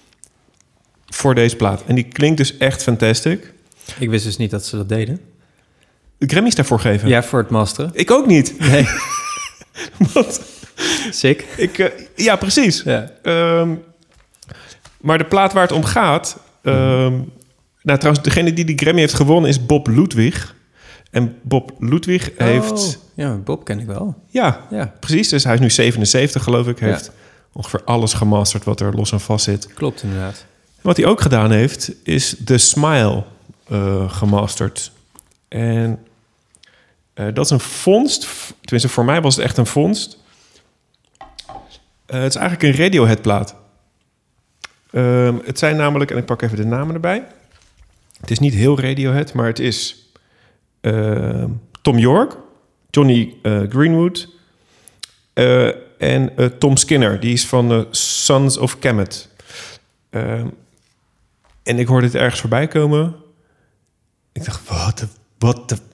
Voor deze plaat. En die klinkt dus echt fantastic. Ik wist dus niet dat ze dat deden. De Grammys daarvoor geven? Ja, voor het masteren. Ik ook niet. Nee. Wat? Sick. Ik, uh, ja, precies. Ja. Um, maar de plaat waar het om gaat... Um, nou, trouwens, degene die die Grammy heeft gewonnen is Bob Ludwig. En Bob Ludwig oh, heeft... Ja, Bob ken ik wel. Ja, ja, precies. Dus hij is nu zevenenzeventig, geloof ik. Heeft ja. ongeveer alles gemasterd wat er los en vast zit. Klopt, inderdaad. Wat hij ook gedaan heeft, is The Smile uh, gemasterd. En uh, dat is een vondst. Tenminste, voor mij was het echt een vondst. Uh, het is eigenlijk een Radiohead-plaat. Uh, het zijn namelijk, en ik pak even de namen erbij. Het is niet heel Radiohead, maar het is uh, Tom York, Johnny uh, Greenwood uh, en uh, Tom Skinner. Die is van uh, Sons of Kemet. Uh, en ik hoorde het ergens voorbij komen. Ik dacht, wat de... Wat de...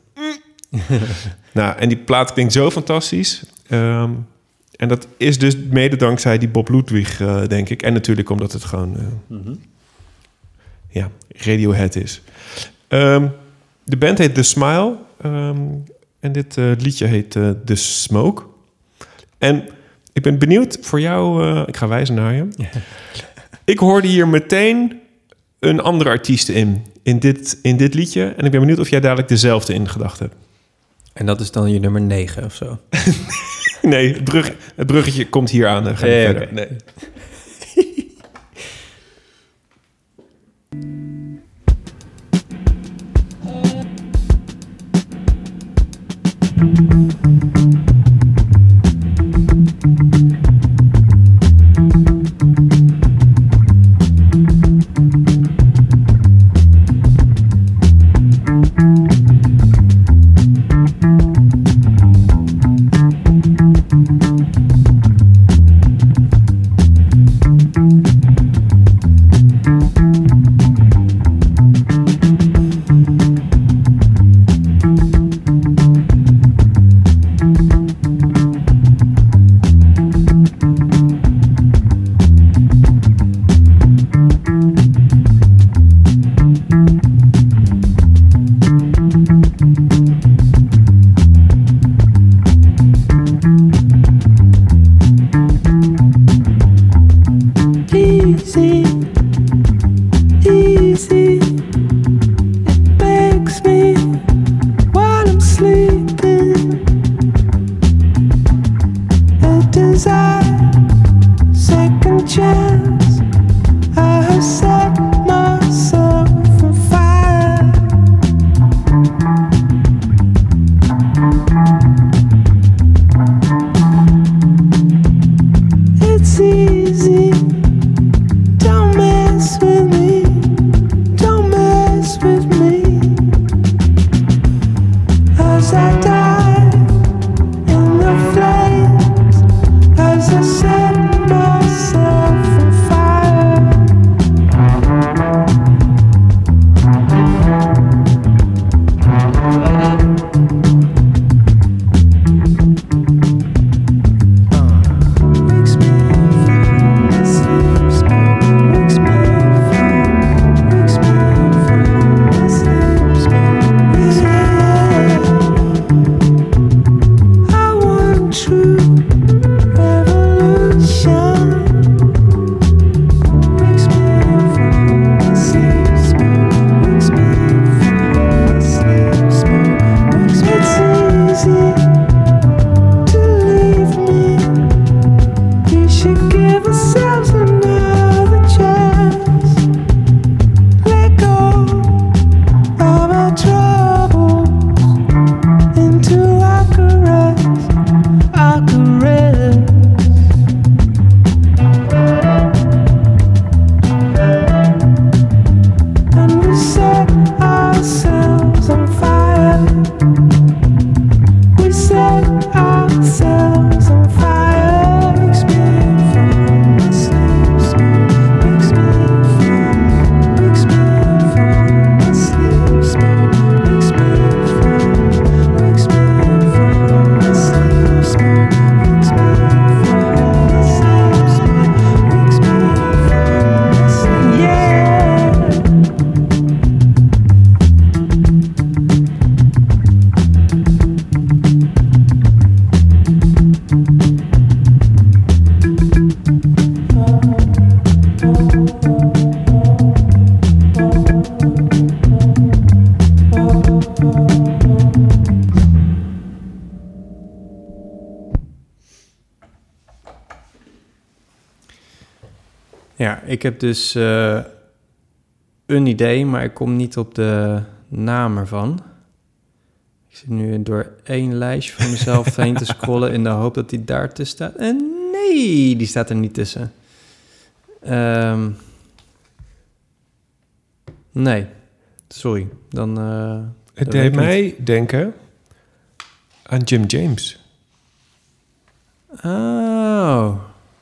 nou, en die plaat klinkt zo fantastisch. Um, en dat is dus mede dankzij die Bob Ludwig, uh, denk ik. En natuurlijk omdat het gewoon... Uh, mm-hmm. Ja, Radiohead is. Um, de band heet The Smile. Um, en dit uh, liedje heet uh, The Smoke. En ik ben benieuwd voor jou... Uh, ik ga wijzen naar je. Ik hoorde hier meteen een andere artiest in. In dit, in dit liedje. En ik ben benieuwd of jij dadelijk dezelfde in gedachten hebt. En dat is dan je nummer negen of zo? Nee, het, brug, het bruggetje komt hier aan. Dan ga je nee, verder. Okay. Nee. Ja, ik heb dus uh, een idee, maar ik kom niet op de naam ervan. Ik zit nu door één lijstje van mezelf heen te scrollen in de hoop dat die daar tussen staat. En nee, die staat er niet tussen. Um, nee, sorry. Dan, uh, het deed mij denken aan Jim James. Oh.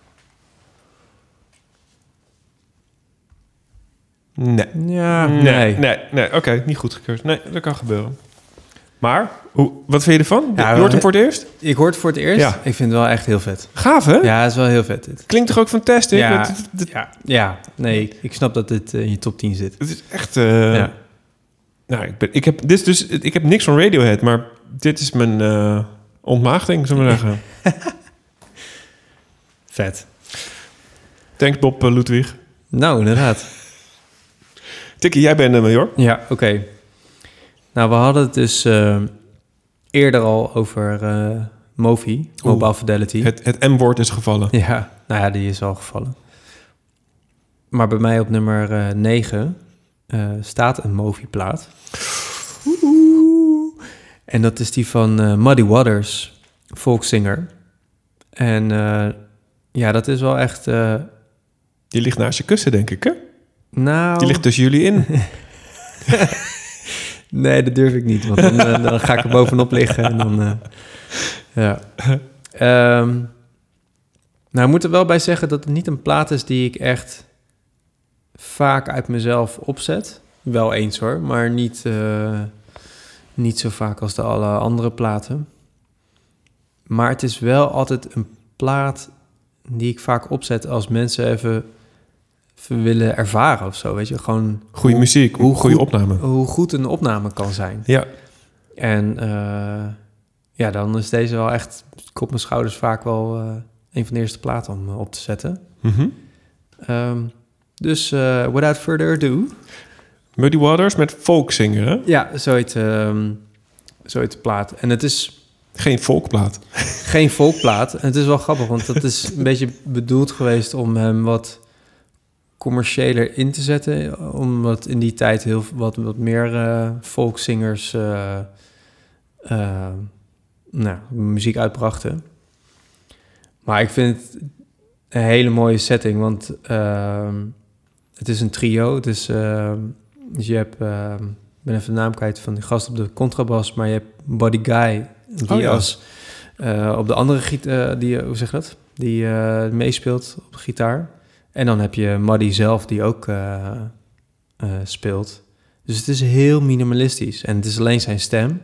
Nee. Ja, nee. nee. Nee, nee. Oké, okay, niet goedgekeurd. Nee, dat kan gebeuren. Maar, hoe, wat vind je ervan? Ja, je hoort hem voor het eerst? Ik hoor het voor het eerst. Ja. Ik vind het wel echt heel vet. Gaaf, hè? Ja, het is wel heel vet dit. Klinkt toch ook fantastisch? Ja, het, het, het, ja, ja, nee, ik snap dat dit uh, in je top tien zit. Het is echt... Uh, ja. Nou, ik, ben, ik, heb, dit is dus, ik heb niks van Radiohead, maar dit is mijn uh, ontmaagding, zullen we zeggen. Vet. Thanks, Bob uh, Ludwig. Nou, inderdaad. Tikkie, jij bent de major. Ja, oké. Okay. Nou, we hadden het dus uh, eerder al over uh, Movi, Mobile Oeh, Fidelity. Het, het M-woord is gevallen. Ja, nou ja, die is al gevallen. Maar bij mij op nummer uh, negen uh, staat een Movi-plaat. Oeh. En dat is die van uh, Muddy Waters, folkzanger. En uh, ja, dat is wel echt... Uh, Die ligt naast je kussen, denk ik, hè? Nou... Die ligt tussen jullie in. Nee, dat durf ik niet, want dan, uh, dan ga ik er bovenop liggen en dan... Uh, ja. Um, nou, ik moet er wel bij zeggen dat het niet een plaat is die ik echt vaak uit mezelf opzet. Wel eens hoor, maar niet, uh, niet zo vaak als de alle andere platen. Maar het is wel altijd een plaat die ik vaak opzet als mensen even, even willen ervaren of zo, weet je. Gewoon goede hoe, muziek, hoe goede goed, opname. Hoe goed een opname kan zijn. Ja. En uh, ja, dan is deze wel echt op mijn schouders vaak wel uh, een van de eerste platen om uh, op te zetten. Mm-hmm. Um, dus uh, without further ado... Muddy Waters met folkzanger, hè? Ja, zo heet, um, zo heet de plaat. En het is... Geen folkplaat. Geen folkplaat. En het is wel grappig, want dat is een beetje bedoeld geweest om hem wat commerciëler in te zetten. Omdat in die tijd heel wat, wat meer uh, folkzingers uh, uh, nou, muziek uitbrachten. Maar ik vind het een hele mooie setting, want uh, het is een trio. Het is, uh, dus je hebt, uh, ik ben even de naam kwijt van die gast op de contrabas, maar je hebt Buddy Guy, die oh, ja. als uh, op de andere gitaar, uh, die, hoe zeg je dat? Die uh, meespeelt op de gitaar. En dan heb je Muddy zelf, die ook uh, uh, speelt. Dus het is heel minimalistisch. En het is alleen zijn stem.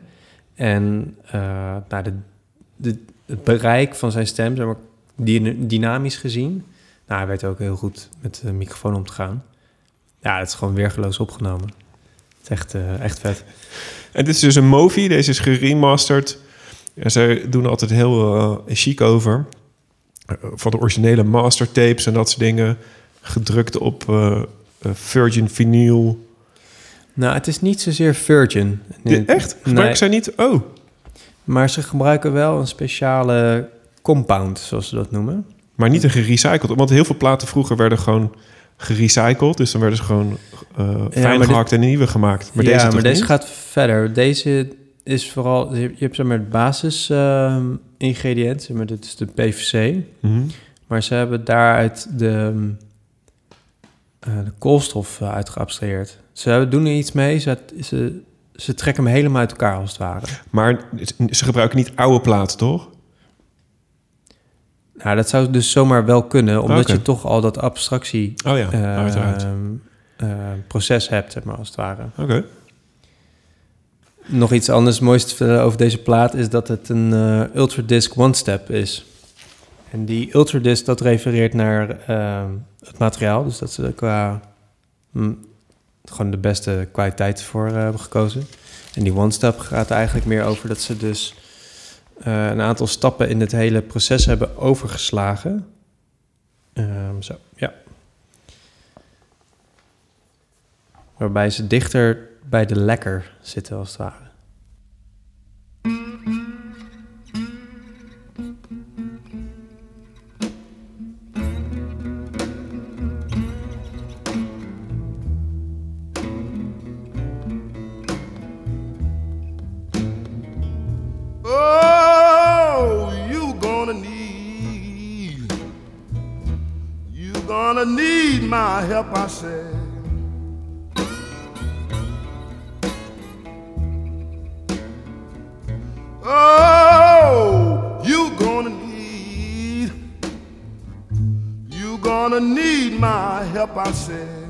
En uh, nou, de, de, het bereik van zijn stem, zeg maar, dynamisch gezien. Nou, hij weet ook heel goed met de microfoon om te gaan. Ja, het is gewoon weergeloos opgenomen. Het is echt, uh, echt vet. En dit is dus een Movi. Deze is geremasterd. En ze doen altijd heel uh, chic over. Uh, van de originele mastertapes en dat soort dingen. Gedrukt op uh, uh, Virgin vinyl. Nou, het is niet zozeer Virgin. Nee, echt? Gebruiken nee. zij niet? Oh. Maar ze gebruiken wel een speciale compound, zoals ze dat noemen. Maar niet een gerecycled. Want heel veel platen vroeger werden gewoon gerecycled. Dus dan werden ze gewoon uh, fijn ja, gehakt dit, en nieuwe gemaakt. Maar ja, deze maar deze niet? gaat verder. Deze is vooral... Je hebt zeg maar het basis uh, ingrediënt. Zeg maar, dit is de P V C. Mm-hmm. Maar ze hebben daaruit de, uh, de koolstof uh, uit geabstraheerd. Ze doen er iets mee. Ze, ze, ze trekken hem helemaal uit elkaar als het ware. Maar ze gebruiken niet oude platen, toch? Nou, dat zou dus zomaar wel kunnen, omdat okay. je toch al dat abstractie oh ja, uh, uh, proces hebt, zeg maar, als het ware. Oké. Okay. Nog iets anders moois te vertellen over deze plaat is dat het een uh, Ultradisc One-Step is. En die Ultradisc, dat refereert naar uh, het materiaal, dus dat ze er qua hm, gewoon de beste kwaliteit voor uh, hebben gekozen. En die One-Step gaat eigenlijk meer over dat ze dus Uh, een aantal stappen in het hele proces hebben overgeslagen. Um, zo, ja. Waarbij ze dichter bij de lekker zitten, als het ware. Need my help, I said. Oh, you gonna need, you gonna need my help, I said.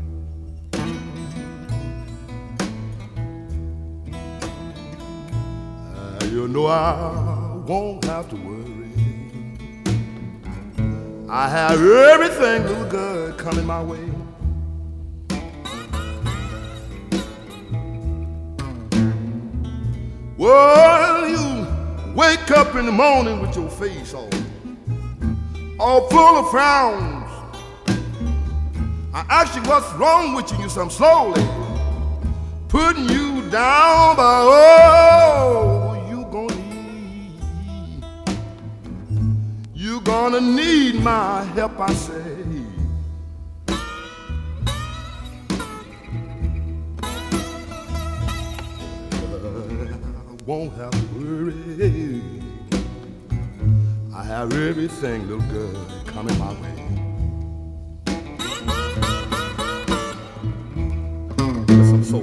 Uh, you know I won't have to worry. I have everything little good coming my way. Well, you wake up in the morning with your face all, all full of frowns. I ask you what's wrong with you, you some slowly putting you down, but oh, you gonna need, you gonna need my help, I say. won't have to worry. I have everything, little girl, coming my way. There's some soul.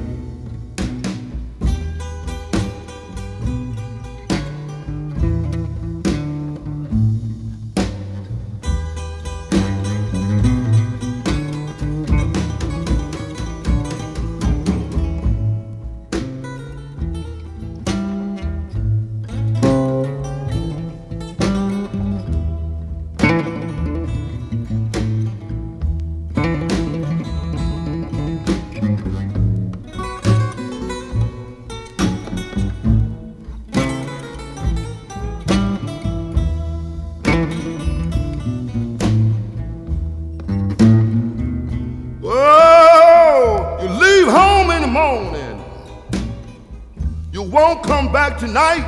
Tonight,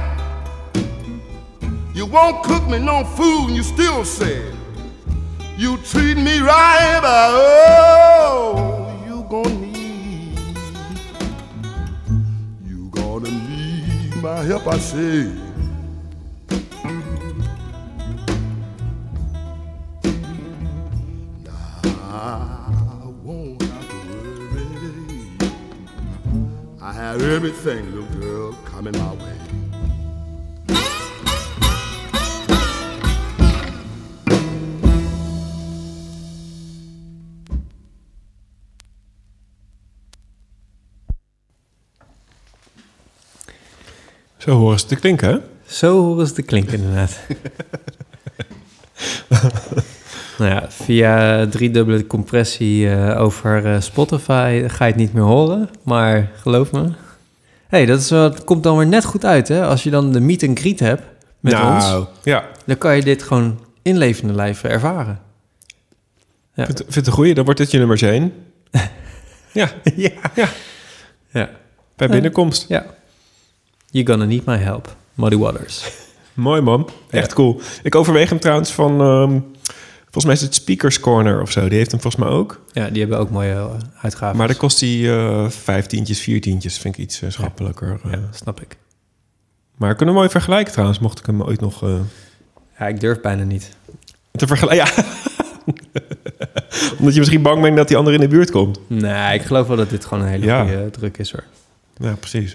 you won't cook me no food, and you still say you treat me right, but oh, you gonna need, you gonna need my help, I say. Nah, I won't have to worry. I have everything, little girl, coming my way. Zo horen ze te klinken, hè? Zo horen ze te klinken, inderdaad. Nou ja, via driedubbele compressie uh, over uh, Spotify ga je het niet meer horen. Maar geloof me. Hey, dat is wel, het komt dan weer net goed uit, hè? Als je dan de meet and greet hebt met nou, ons. Ja. Dan kan je dit gewoon in levende lijf ervaren. Ja. Vind, vind het een goeie, dan wordt dit je nummer één. ja. ja. ja. Ja. Bij binnenkomst. Ja. You're gonna need my help. Muddy Waters. Mooi, man. Echt ja. cool. Ik overweeg hem trouwens van... Um, volgens mij is het Speakers Corner of zo. Die heeft hem volgens mij ook. Ja, die hebben ook mooie uh, uitgaven. Maar dan kost hij uh, vijftientjes, viertientjes. Vind ik iets uh, schappelijker. Ja, uh. ja, snap ik. Maar we kunnen mooi vergelijken trouwens. Mocht ik hem ooit nog... Uh... Ja, ik durf bijna niet. Te vergelijken? Ja. Omdat je misschien bang bent dat die ander in de buurt komt. Nee, ik geloof wel dat dit gewoon een hele ja. goede druk is, hoor. Ja, precies.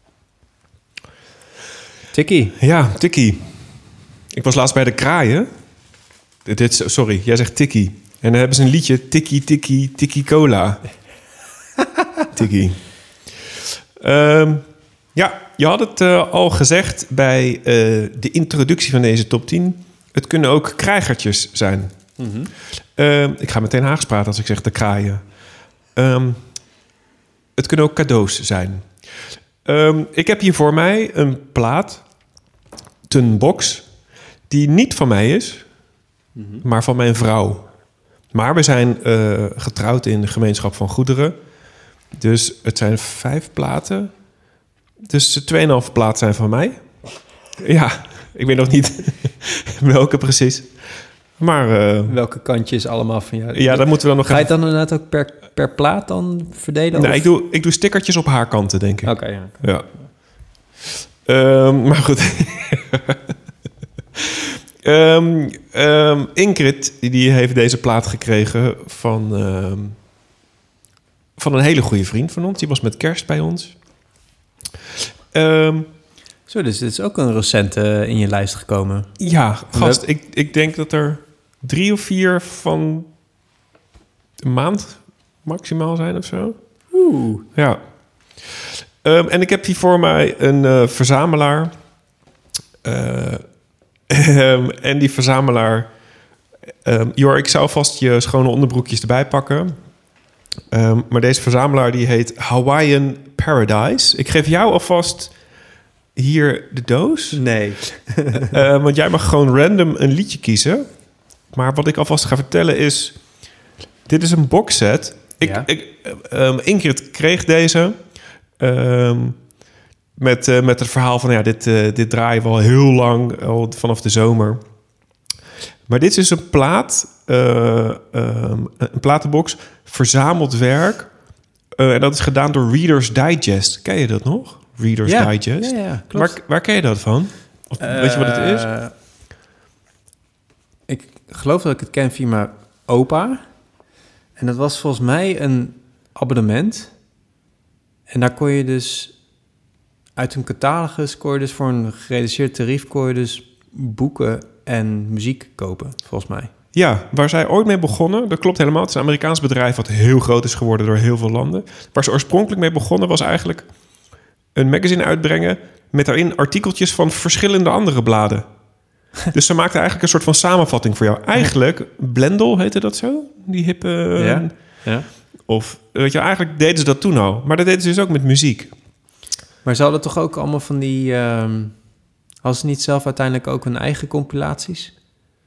Tikkie. Ja, Tikkie. Ik was laatst bij de Kraaien. Dit, sorry, jij zegt Tikkie. En dan hebben ze een liedje, Tikkie, Tikkie, Tikkie Cola. Tikkie. Um, ja, je had het uh, al gezegd bij uh, de introductie van deze top tien. Het kunnen ook krijgertjes zijn. Mm-hmm. Uh, ik ga meteen Haags praten als ik zeg de Kraaien. Um, het kunnen ook cadeaus zijn. Um, ik heb hier voor mij een plaat, een box, die niet van mij is, mm-hmm. maar van mijn vrouw. Maar we zijn uh, getrouwd in de gemeenschap van goederen. Dus het zijn vijf platen. Dus de tweeënhalve plaat zijn van mij. Ja, ik weet nog niet welke precies. Maar... Uh, welke kantjes allemaal van jou? Ja, dat moeten we dan nog... Ga je het dan inderdaad ook per, per plaat dan verdelen? Nee, of? ik doe, ik doe stickertjes op haar kanten, denk ik. Oké, okay, ja. Ja. Um, maar goed. um, um, Ingrid, die heeft deze plaat gekregen van, um, van een hele goede vriend van ons. Die was met kerst bij ons. Um, Zo, dus dit is ook een recente in je lijst gekomen. Ja, gast. Ik, ik denk dat er drie of vier van een maand maximaal zijn of zo. Oeh. Ja. Um, en ik heb hier voor mij een uh, verzamelaar. Uh, um, en die verzamelaar... Um, Jor, ik zou vast je schone onderbroekjes erbij pakken. Um, maar deze verzamelaar die heet Hawaiian Paradise. Ik geef jou alvast hier de doos. Nee. uh, want jij mag gewoon random een liedje kiezen. Maar wat ik alvast ga vertellen is... Dit is een boxset. Ik, ja. ik, um, Ingrid kreeg deze... Um, met, uh, met het verhaal van... ja, dit, uh, dit draaien we al heel lang, al vanaf de zomer. Maar dit is een plaat... Uh, um, een platenbox, verzameld werk. Uh, en dat is gedaan door Reader's Digest. Ken je dat nog? Reader's Ja, Digest. ja, ja, klopt. Waar, waar ken je dat van? Of, weet je wat het is? Eh, Ik geloof dat ik het ken via mijn opa. En dat was volgens mij een abonnement. En daar kon je dus... Uit een catalogus kon je dus voor een gereduceerd tarief... kon je dus boeken en muziek kopen, volgens mij. Ja, waar zij ooit mee begonnen, dat klopt helemaal. Het is een Amerikaans bedrijf wat heel groot is geworden door heel veel landen. Waar ze oorspronkelijk mee begonnen was eigenlijk een magazine uitbrengen met daarin artikeltjes van verschillende andere bladen. Dus ze maakten eigenlijk een soort van samenvatting voor jou. Eigenlijk, Blendel heette dat zo? Die hippe... Ja, ja. Of, weet je, eigenlijk deden ze dat toen al. Maar dat deden ze dus ook met muziek. Maar ze hadden toch ook allemaal van die... Um, hadden ze niet zelf uiteindelijk ook hun eigen compilaties?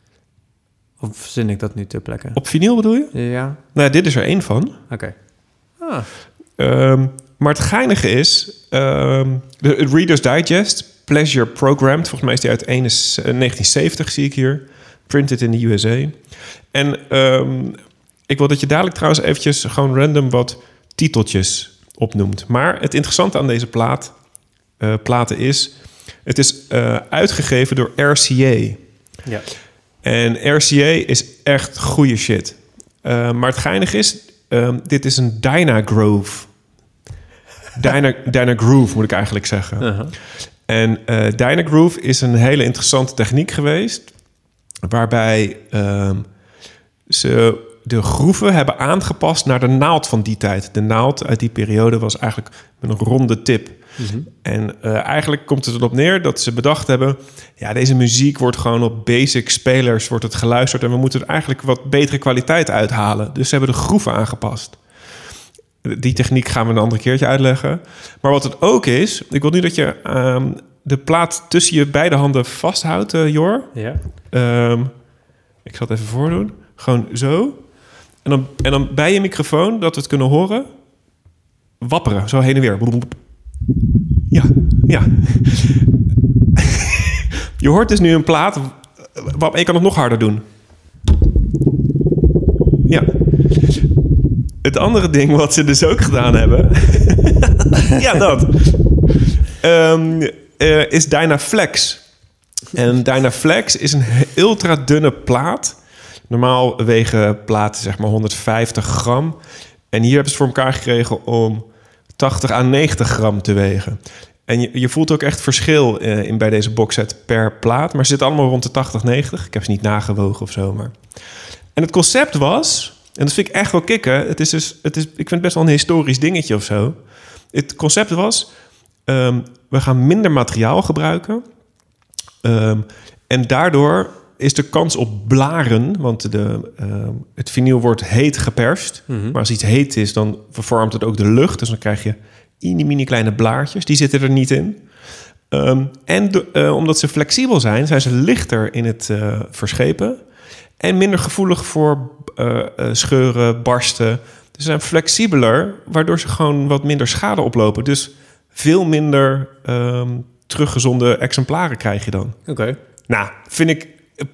Of verzin ik dat nu ter plekke? Op vinyl bedoel je? Ja, Nou, dit is er één van. oké. Ah, Um, maar het geinige is... Um, de het Reader's Digest, Pleasure Programmed... volgens mij is die uit negentien zeventig, zie ik hier. Printed in de U S A. En um, ik wil dat je dadelijk trouwens eventjes... gewoon random wat titeltjes opnoemt. Maar het interessante aan deze plaat, uh, platen is... het is uh, uitgegeven door R C A. ja. En R C A is echt goede shit. Uh, maar het geinige is... Um, dit is een Dynagroove. Dyna, Dynagroove moet ik eigenlijk zeggen. Uh-huh. En uh, Dynagroove is een hele interessante techniek geweest... waarbij um, ze de groeven hebben aangepast naar de naald van die tijd. De naald uit die periode was eigenlijk met een ronde tip. Mm-hmm. En uh, eigenlijk komt het erop neer dat ze bedacht hebben... ja, deze muziek wordt gewoon op basic spelers wordt het geluisterd... en we moeten er eigenlijk wat betere kwaliteit uithalen. Dus ze hebben de groeven aangepast. Die techniek gaan we een andere keertje uitleggen. Maar wat het ook is... ik wil nu dat je um, de plaat tussen je beide handen vasthoudt, uh, Jor. Ja. Um, ik zal het even voordoen. Gewoon zo. En dan, en dan bij je microfoon, dat we het kunnen horen... wapperen, zo heen en weer. Ja, ja. Je hoort dus nu een plaat... Ik kan het nog harder doen. Ja. Het andere ding wat ze dus ook gedaan hebben... ja, dat. Um, uh, is Dynaflex. En Dynaflex is een ultra dunne plaat. Normaal wegen platen zeg maar honderdvijftig gram. En hier hebben ze voor elkaar gekregen om tachtig à negentig gram te wegen. En je, je voelt ook echt verschil uh, in bij deze boxset per plaat. Maar ze zitten allemaal rond de tachtig, negentig. Ik heb ze niet nagewogen of zo, maar... En het concept was... En dat vind ik echt wel kicken. Het is dus, het is, ik vind het best wel een historisch dingetje of zo. Het concept was... Um, we gaan minder materiaal gebruiken. Um, en daardoor is de kans op blaren... want de, um, het vinyl wordt heet geperst. Mm-hmm. Maar als iets heet is, dan vervormt het ook de lucht. Dus dan krijg je mini, mini kleine blaartjes. Die zitten er niet in. Um, en de, uh, omdat ze flexibel zijn... zijn ze lichter in het uh, verschepen... en minder gevoelig voor uh, uh, scheuren, barsten. Ze zijn flexibeler, waardoor ze gewoon wat minder schade oplopen. Dus veel minder um, teruggezonden exemplaren krijg je dan. Oké. Okay. Nou, vind ik...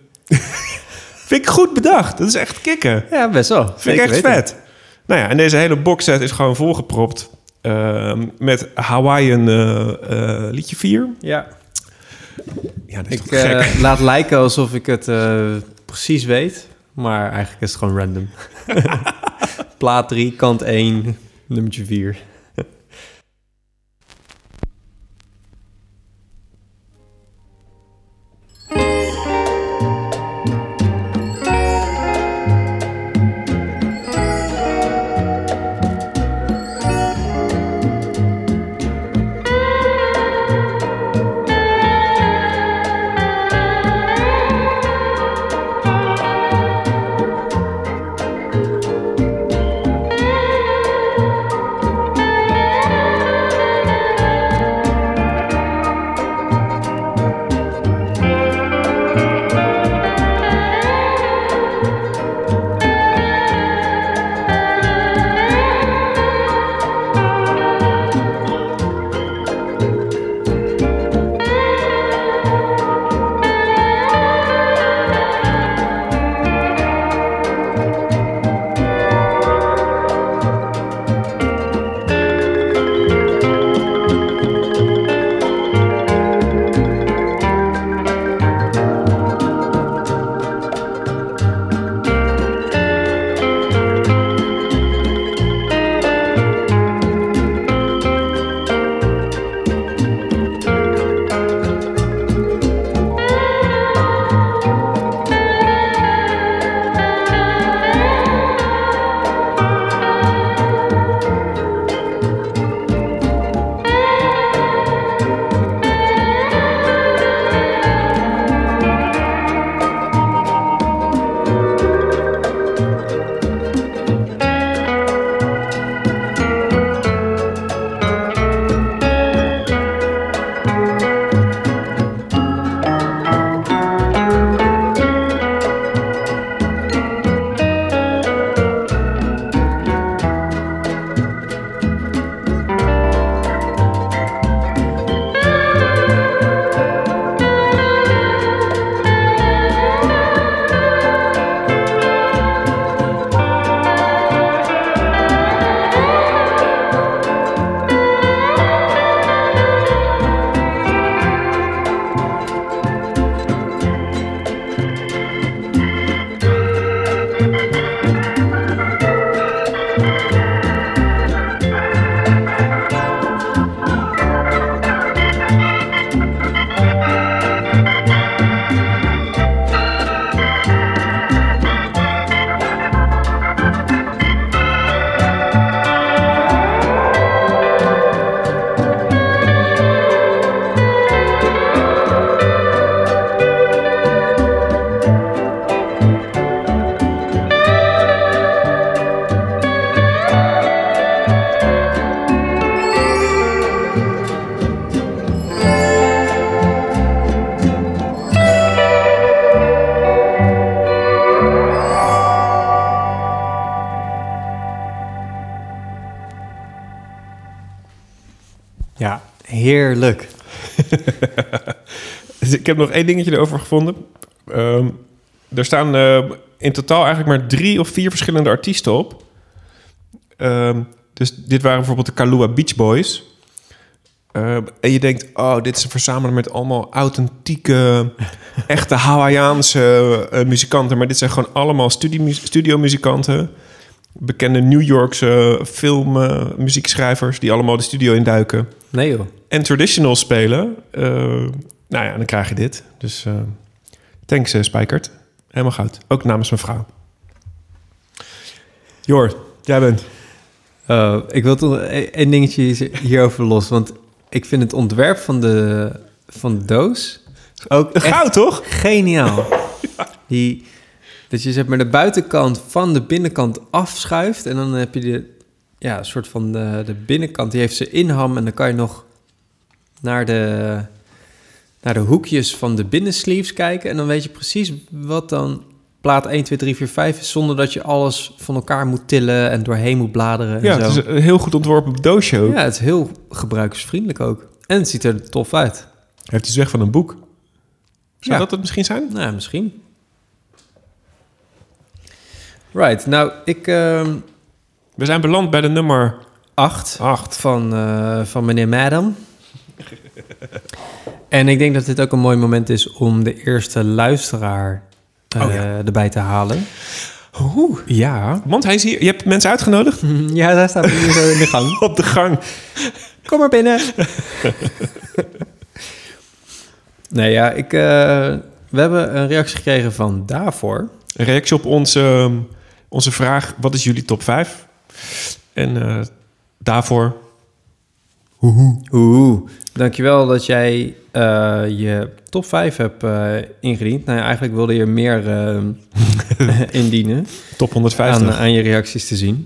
vind ik goed bedacht. Dat is echt kicken. Ja, best wel. Vind Zeker ik echt weten. vet. Nou ja, en deze hele boxset is gewoon volgepropt... Uh, met Hawaiian uh, uh, liedje vier. Ja. Ja, dat is Ik toch gek. uh, laat lijken alsof ik het uh, precies weet. Maar eigenlijk is het gewoon random. Plaat drie, kant één, nummertje vier. Thank Ja, heerlijk. Dus ik heb nog één dingetje erover gevonden. Um, er staan uh, in totaal eigenlijk maar drie of vier verschillende artiesten op. Um, dus dit waren bijvoorbeeld de Kahlua Beach Boys. Uh, en je denkt, oh, dit is een verzameling met allemaal authentieke, echte Hawaiiaanse uh, muzikanten. Maar dit zijn gewoon allemaal studie- studiomuzikanten. Bekende New Yorkse filmmuziekschrijvers uh, die allemaal de studio induiken. Nee joh. En traditional spelen. Uh, nou ja, dan krijg je dit. Dus uh, thanks, uh, Spijkert. Helemaal goud. Ook namens mijn vrouw. Jor, jij bent. Uh, ik wil toch één dingetje hierover los. Want ik vind het ontwerp van de, van de doos ook echt goud, toch? Geniaal. Ja. Die, dat je zeg maar de buitenkant van de binnenkant afschuift. En dan heb je de, ja, een soort van de, de binnenkant. Die heeft ze inham. En dan kan je nog naar de, naar de hoekjes van de binnensleeves kijken. En dan weet je precies wat dan plaat één, twee, drie, vier, vijf is, zonder dat je alles van elkaar moet tillen en doorheen moet bladeren. En ja, zo. Het is een heel goed ontworpen doosje ook. Ja, het is heel gebruikersvriendelijk ook. En het ziet er tof uit. Hij heeft iets weg van een boek. Zou ja. dat het misschien zijn? Nou, misschien. Right, nou, ik... Uh, We zijn beland bij de nummer acht, acht. Van, uh, van meneer Madam. En ik denk dat dit ook een mooi moment is om de eerste luisteraar uh, oh, ja. erbij te halen. Oeh. Ja. Want hij is hier. Je hebt mensen uitgenodigd? Ja, daar staat hier zo in de gang. Op de gang. Kom maar binnen. Nee, ja, ik... Uh, we hebben een reactie gekregen van daarvoor. Een reactie op onze, onze vraag, wat is jullie top vijf? En uh, daarvoor... Oeh. Oeh. Dankjewel dat jij uh, je top vijf hebt uh, ingediend. Nou ja, eigenlijk wilde je meer uh, indienen. Top honderdvijftig. Aan, aan je reacties te zien.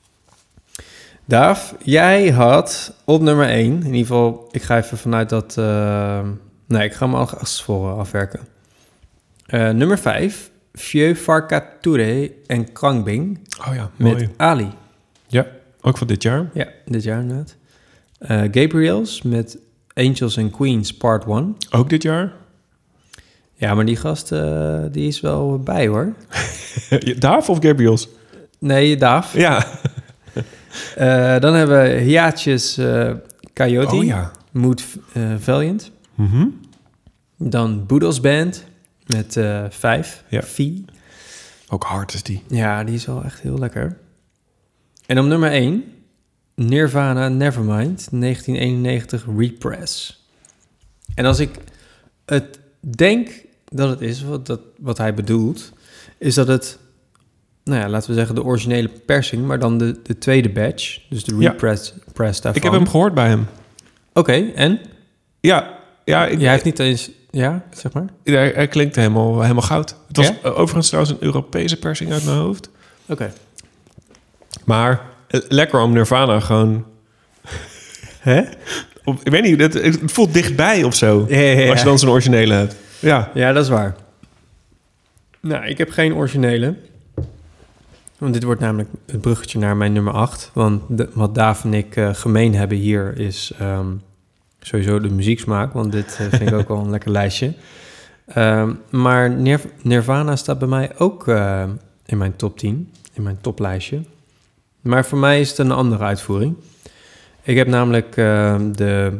Daaf, jij had op nummer één... In ieder geval, ik ga even vanuit dat... Uh, nee, ik ga hem al als voor afwerken. Uh, nummer vijf... Vieux Farka Touré en Krangbing. Oh ja, mooi. Met Ali. Ja, ook van dit jaar. Ja, dit jaar inderdaad. Uh, Gabriels met Angels and Queens Part one. Ook dit jaar? Ja, maar die gast, uh, die is wel bij, hoor. Daaf of Gabriels? Nee, Daaf. Ja. uh, dan hebben we Hiaatjes uh, Coyote. Oh ja. Mood uh, Valiant. Mm-hmm. Dan Boodles Band met uh, vijf. Ja. Fee. Ook hard is die. Ja, die is wel echt heel lekker. En op nummer één... Nirvana Nevermind, negentien eenennegentig Repress. En als ik het denk dat het is, wat, dat, wat hij bedoelt... is dat het, nou ja, laten we zeggen de originele persing... maar dan de, de tweede batch, dus de Repress ja. press daarvan. Ik heb hem gehoord bij hem. Oké, okay, en? Ja. ja ik, Jij heeft niet eens... Ja, zeg maar? Hij, hij klinkt helemaal, helemaal goud. Het was ja? uh, overigens trouwens een Europese persing uit mijn hoofd. Oké. Okay. Maar... Lekker om Nirvana gewoon... Hè? Op, ik weet niet, het, het voelt dichtbij of zo. Ja, ja, ja. Als je dan zo'n originele hebt. Ja. Ja, dat is waar. Nou, ik heb geen originele. Want dit wordt namelijk het bruggetje naar mijn nummer acht. Want de, wat Daaf en ik uh, gemeen hebben hier is um, sowieso de muzieksmaak. Want dit uh, vind ik ook wel een lekker lijstje. Um, maar Nir- Nirvana staat bij mij ook uh, in mijn top tien. In mijn toplijstje. Maar voor mij is het een andere uitvoering. Ik heb namelijk uh, de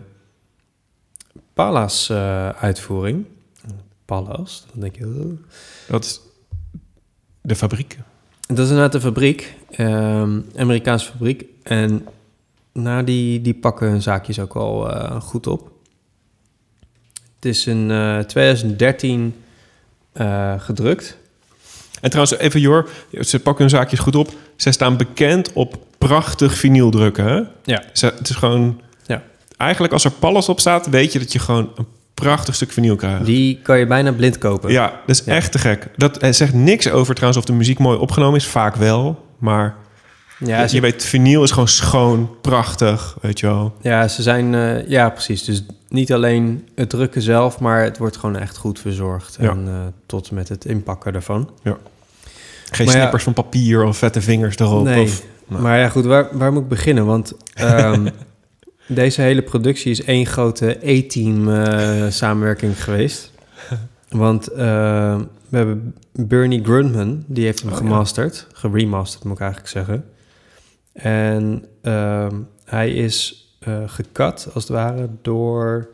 Pallas uh, uitvoering. Pallas, dan denk je... Uh. Dat is de fabriek. Dat is inderdaad de fabriek. Um, Amerikaanse fabriek. En nou, die, die pakken hun zaakjes ook wel uh, goed op. Het is in uh, twintig dertien uh, gedrukt. En trouwens, even Jor, ze pakken hun zaakjes goed op. Ze staan bekend op prachtig vinyl drukken, hè? Ja. Ze, het is gewoon... Ja. Eigenlijk als er Pallas op staat, weet je dat je gewoon een prachtig stuk vinyl krijgt. Die kan je bijna blind kopen. Ja, dat is ja. echt te gek. Dat het zegt niks over trouwens of de muziek mooi opgenomen is. Vaak wel, maar... Ja, je, ze... je weet, vinyl is gewoon schoon, prachtig, weet je wel. Ja, ze zijn... Uh, ja, precies. Dus niet alleen het drukken zelf, maar het wordt gewoon echt goed verzorgd. Ja. En uh, tot met het inpakken ervan. Ja. Geen maar snippers ja, van papier of vette vingers erop. Nee, of, nou. Maar ja goed, waar, waar moet ik beginnen? Want um, Deze hele productie is één grote A-team uh, samenwerking geweest. Want uh, we hebben Bernie Grundman, die heeft hem Oh, gemasterd. Ja. Geremasterd, moet ik eigenlijk zeggen. En uh, hij is uh, gecut, als het ware, door...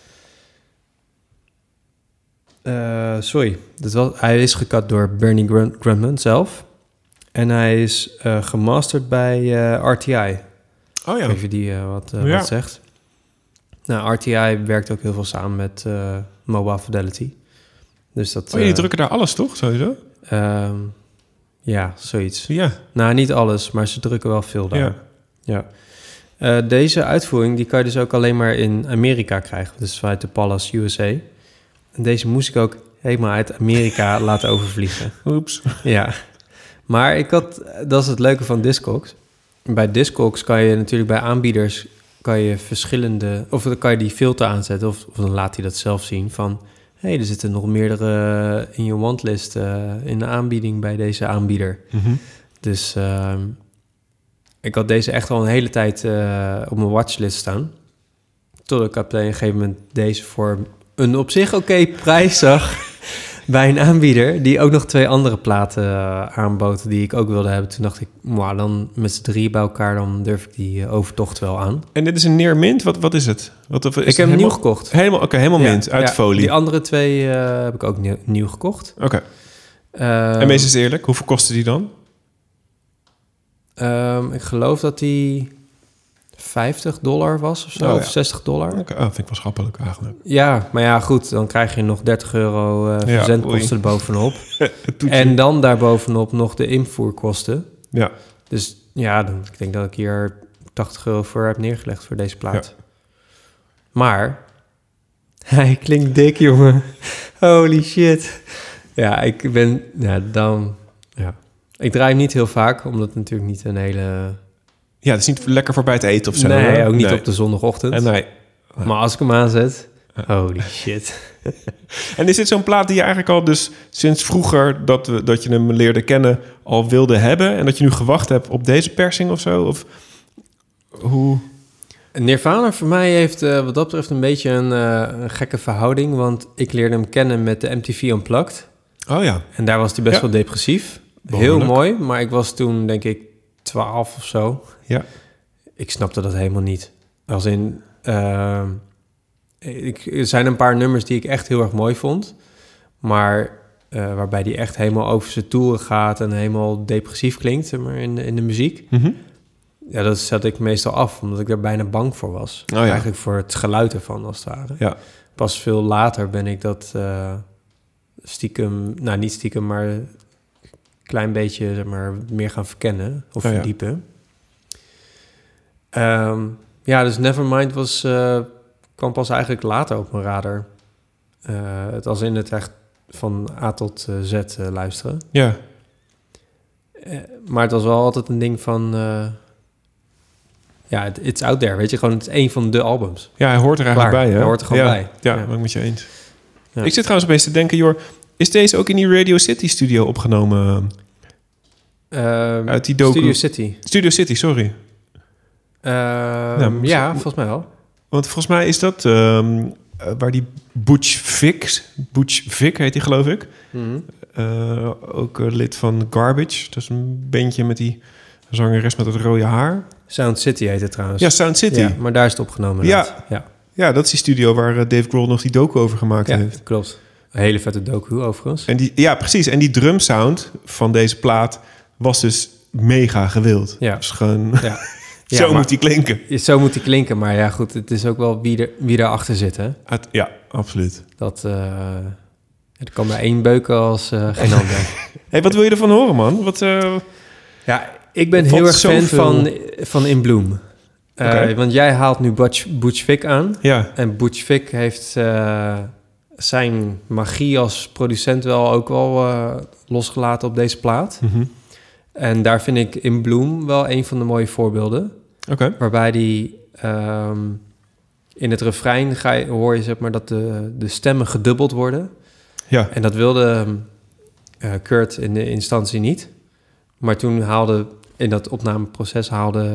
Uh, sorry, dat was, hij is gecut door Bernie Grun- Grundman zelf. En hij is uh, gemasterd bij uh, R T I. Oh ja. Even die uh, wat, uh, Ja. wat zegt. Nou, R T I werkt ook heel veel samen met uh, Mobile Fidelity. Dus dat... Oh, jullie uh, drukken daar alles, toch? Sowieso? um, ja, zoiets. Ja. Nou, niet alles, maar ze drukken wel veel daar. Ja. Ja. Uh, deze uitvoering, die kan je dus ook alleen maar in Amerika krijgen. Dus vanuit de Palace U S A. En deze moest ik ook helemaal uit Amerika laten overvliegen. Oeps. Ja. Maar ik had... Dat is het leuke van Discogs. Bij Discogs kan je natuurlijk bij aanbieders... kan je verschillende... of dan kan je die filter aanzetten... of, of dan laat hij dat zelf zien van... hé, hey, er zitten nog meerdere in je wantlist... Uh, in de aanbieding bij deze aanbieder. Mm-hmm. Dus uh, ik had deze echt al een hele tijd uh, op mijn watchlist staan. Tot ik op een gegeven moment deze voor een op zich oké okay prijs zag... bij een aanbieder die ook nog twee andere platen uh, aanbood... die ik ook wilde hebben. Toen dacht ik, wow, dan met z'n drie bij elkaar... dan durf ik die uh, overtocht wel aan. En dit is een near mint? Wat, wat is het? Wat, of, is ik het heb hem helemaal, nieuw gekocht. Helemaal, Oké, okay, helemaal Ja, mint, uit ja, folie. Die andere twee uh, heb ik ook nieuw, nieuw gekocht. Oké. Okay. Uh, en meest is eerlijk, hoeveel kostte die dan? Um, ik geloof dat die vijftig dollar was of zo, Oh, of ja. zestig dollar. Okay. Oh, vind ik wel schappelijk eigenlijk. Ja, maar ja, goed, dan krijg je nog dertig euro uh, verzendkosten ja, erbovenop. En dan daarbovenop nog de invoerkosten. Ja. Dus ja, dan, ik denk dat ik hier tachtig euro voor heb neergelegd voor deze plaat. Ja. Maar hij klinkt dik, jongen. Holy shit. Ja, ik ben... Ja, dan... Ja. Ik draai hem niet heel vaak, omdat het natuurlijk niet een hele... Ja, het is niet lekker voorbij het eten of zo. Nee, hè? ook niet nee. op de zondagochtend. En nee. Maar als ik hem aanzet... Holy shit. En is dit zo'n plaat die je eigenlijk al dus sinds vroeger... dat, we, dat je hem leerde kennen, al wilde hebben... en dat je nu gewacht hebt op deze persing of zo? Of hoe... Nirvana voor mij heeft uh, wat dat betreft een beetje een, uh, een gekke verhouding... want ik leerde hem kennen met de M T V Unplugged. Oh ja. En daar was hij best ja. wel depressief. Behoorlijk. Heel mooi, maar ik was toen denk ik twaalf of zo. Ja. Ik snapte dat helemaal niet. Als in... Uh, ik, er zijn een paar nummers die ik echt heel erg mooi vond... maar uh, waarbij die echt helemaal over zijn toeren gaat... en helemaal depressief klinkt zeg maar, in, in de muziek... Mm-hmm. Ja, dat zet ik meestal af, omdat ik daar bijna bang voor was. Oh, ja. Eigenlijk voor het geluid ervan, als het ware. Ja. Pas veel later ben ik dat uh, stiekem... Nou, niet stiekem, maar een klein beetje zeg maar, meer gaan verkennen of oh, ja. verdiepen. Um, ja, dus Nevermind was, uh, kwam pas eigenlijk later op mijn radar. Uh, het als in het echt van A tot uh, Z uh, luisteren. Ja. Uh, maar het was wel altijd een ding van... Uh, ja, it's out there, weet je. Gewoon, het is één van de albums. Ja, hij hoort er eigenlijk Klaar. bij, hè? Hij hoort er gewoon ja. bij. Ja, Ja. ben ik met je eens. Ja. Ik zit trouwens opeens te denken, joh... is deze ook in die Radio City studio opgenomen? Uh, Uit die docu? Studio City. Studio City, sorry. Uh, Ja, ja, volgens mij wel. Want volgens mij is dat um, uh, waar die Butch Vig... Butch Vig heet die, geloof ik. Mm-hmm. Uh, ook uh, lid van Garbage. Dat is een bandje met die zangeres met het rode haar. Sound City heet het trouwens. Ja, Sound City. Ja, maar daar is het opgenomen. Ja. ja. Ja, dat is die studio waar uh, Dave Grohl nog die docu over gemaakt Ja, heeft. klopt. Een hele vette docu overigens. En die, ja, precies. En die drumsound van deze plaat was dus mega gewild. Ja. Dus gewoon... Ja. Zo ja, maar, moet die klinken. Zo moet die klinken, maar ja goed, het is ook wel wie, er, wie daarachter zit, hè? Het, ja, absoluut. Dat, uh, er kan maar één beuken als uh, geen ander. Hey, wat wil je ervan horen, man? Wat, uh... Ja, ik ben Valt heel erg fan zoveel... van, van In Bloom. Uh, Okay. Want jij haalt nu Butch, Butch Vig aan. Ja. En Butch Vig heeft uh, zijn magie als producent wel ook wel uh, losgelaten op deze plaat. Mm-hmm. En daar vind ik In Bloom wel een van de mooie voorbeelden. Oké. Okay. Waarbij die um, in het refrein ga je, hoor je zeg maar dat de, de stemmen gedubbeld worden. Ja. En dat wilde uh, Kurt in de instantie niet. Maar toen haalde in dat opnameproces haalde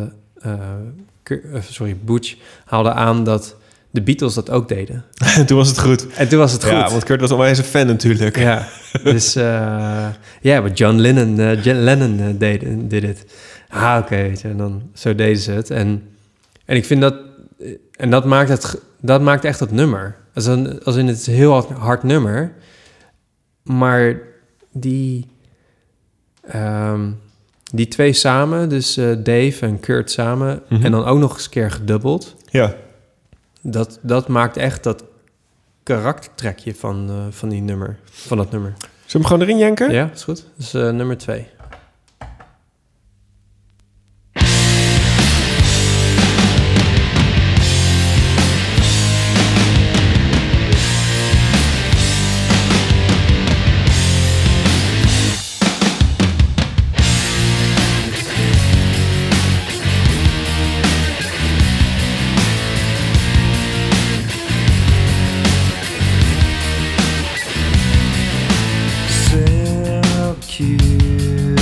uh, K- uh, sorry, Butch haalde aan dat de Beatles dat ook deden. En toen was het goed. En toen was het goed. Ja, want Kurt was onwijs een fan natuurlijk. Ja, dus uh, ja, maar John Lennon, uh, John Lennon uh, deed, deed het. Ah, oké, okay, en dan zo deden ze het. En, en ik vind dat, en dat maakt het, dat maakt echt het nummer. Als, een, als in het is een heel hard, hard nummer, maar die, um, die twee samen, dus uh, Dave en Kurt samen, mm-hmm. en dan ook nog eens een keer gedubbeld. Ja. Dat, dat maakt echt dat karaktertrekje van, uh, van die nummer, van dat nummer. Zullen we hem gewoon erin jenken? Ja, is goed. Dus uh, nummer twee. Cute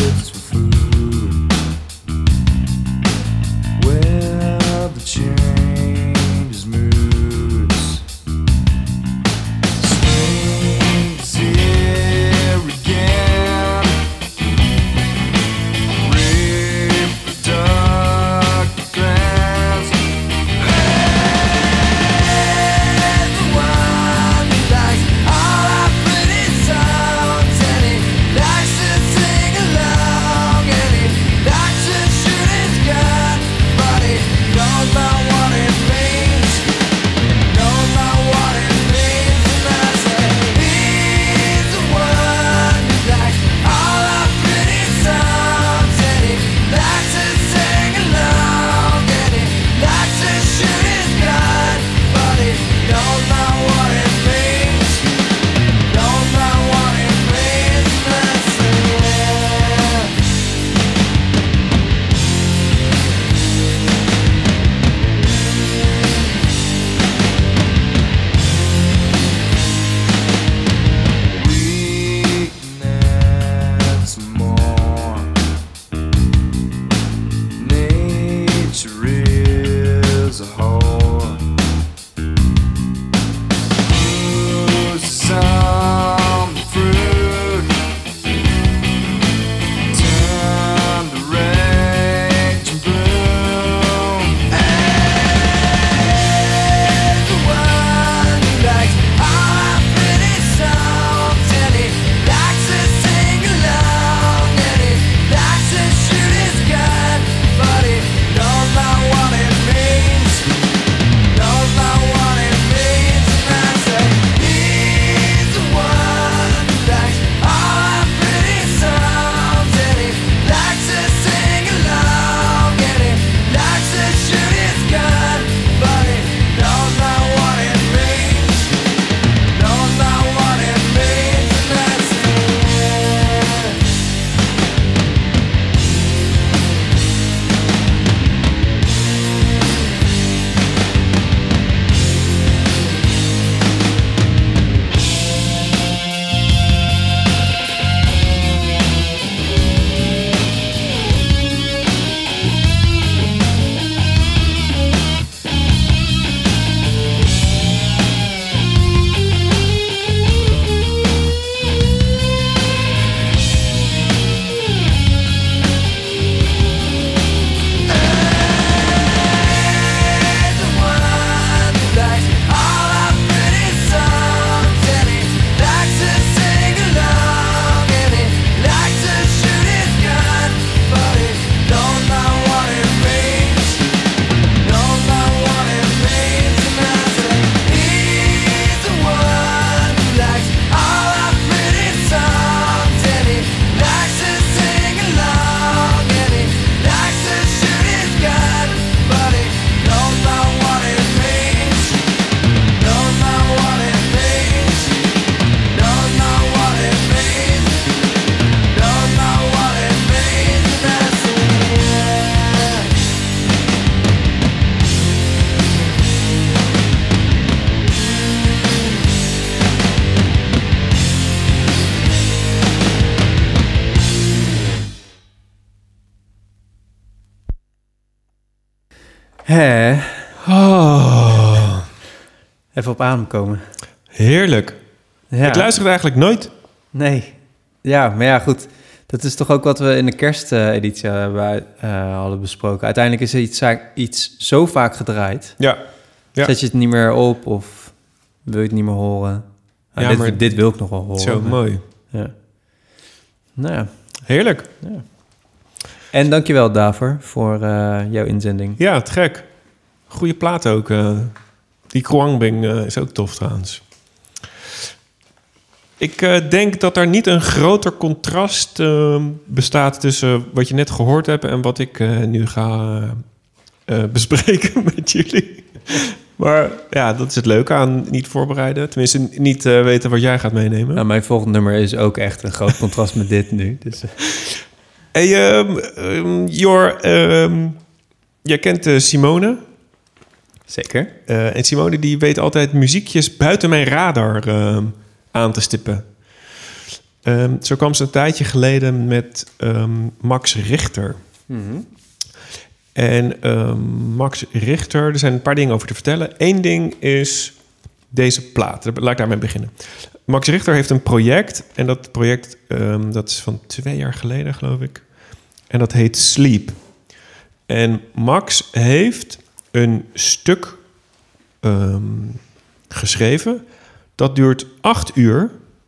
Hè? Oh, Even op adem komen. heerlijk. Ja. Ik luister het eigenlijk nooit. Nee. Ja, maar ja, goed. Dat is toch ook wat we in de kersteditie hebben, uh, hadden besproken. Uiteindelijk is er iets, iets zo vaak gedraaid. Ja. ja. Zet je het niet meer op of wil je het niet meer horen? Nou, Ja, dit, maar dit wil ik nog wel horen. Zo maar- mooi. Ja. Nou ja. Heerlijk. En dankjewel daarvoor, voor uh, jouw inzending. Ja, te gek. Goeie plaat ook. Uh, die Kwangbing uh, is ook tof trouwens. Ik uh, denk dat er niet een groter contrast uh, bestaat tussen wat je net gehoord hebt en wat ik uh, nu ga uh, bespreken met jullie. Maar ja, dat is het leuke aan niet voorbereiden. Tenminste, niet uh, weten wat jij gaat meenemen. Nou, mijn volgende nummer is ook echt een groot contrast met dit nu. Dus, uh. Hey, um, um, Jor, um, jij kent uh, Simone. Zeker. Uh, en Simone die weet altijd muziekjes buiten mijn radar uh, aan te stippen. Um, zo kwam ze een tijdje geleden met um, Max Richter. Mm-hmm. En um, Max Richter, er zijn een paar dingen over te vertellen. Eén ding is deze plaat. Laat ik daarmee beginnen. Max Richter heeft een project. En dat project um, dat is van twee jaar geleden, geloof ik. En dat heet Sleep. En Max heeft een stuk um, geschreven. Dat duurt acht uur.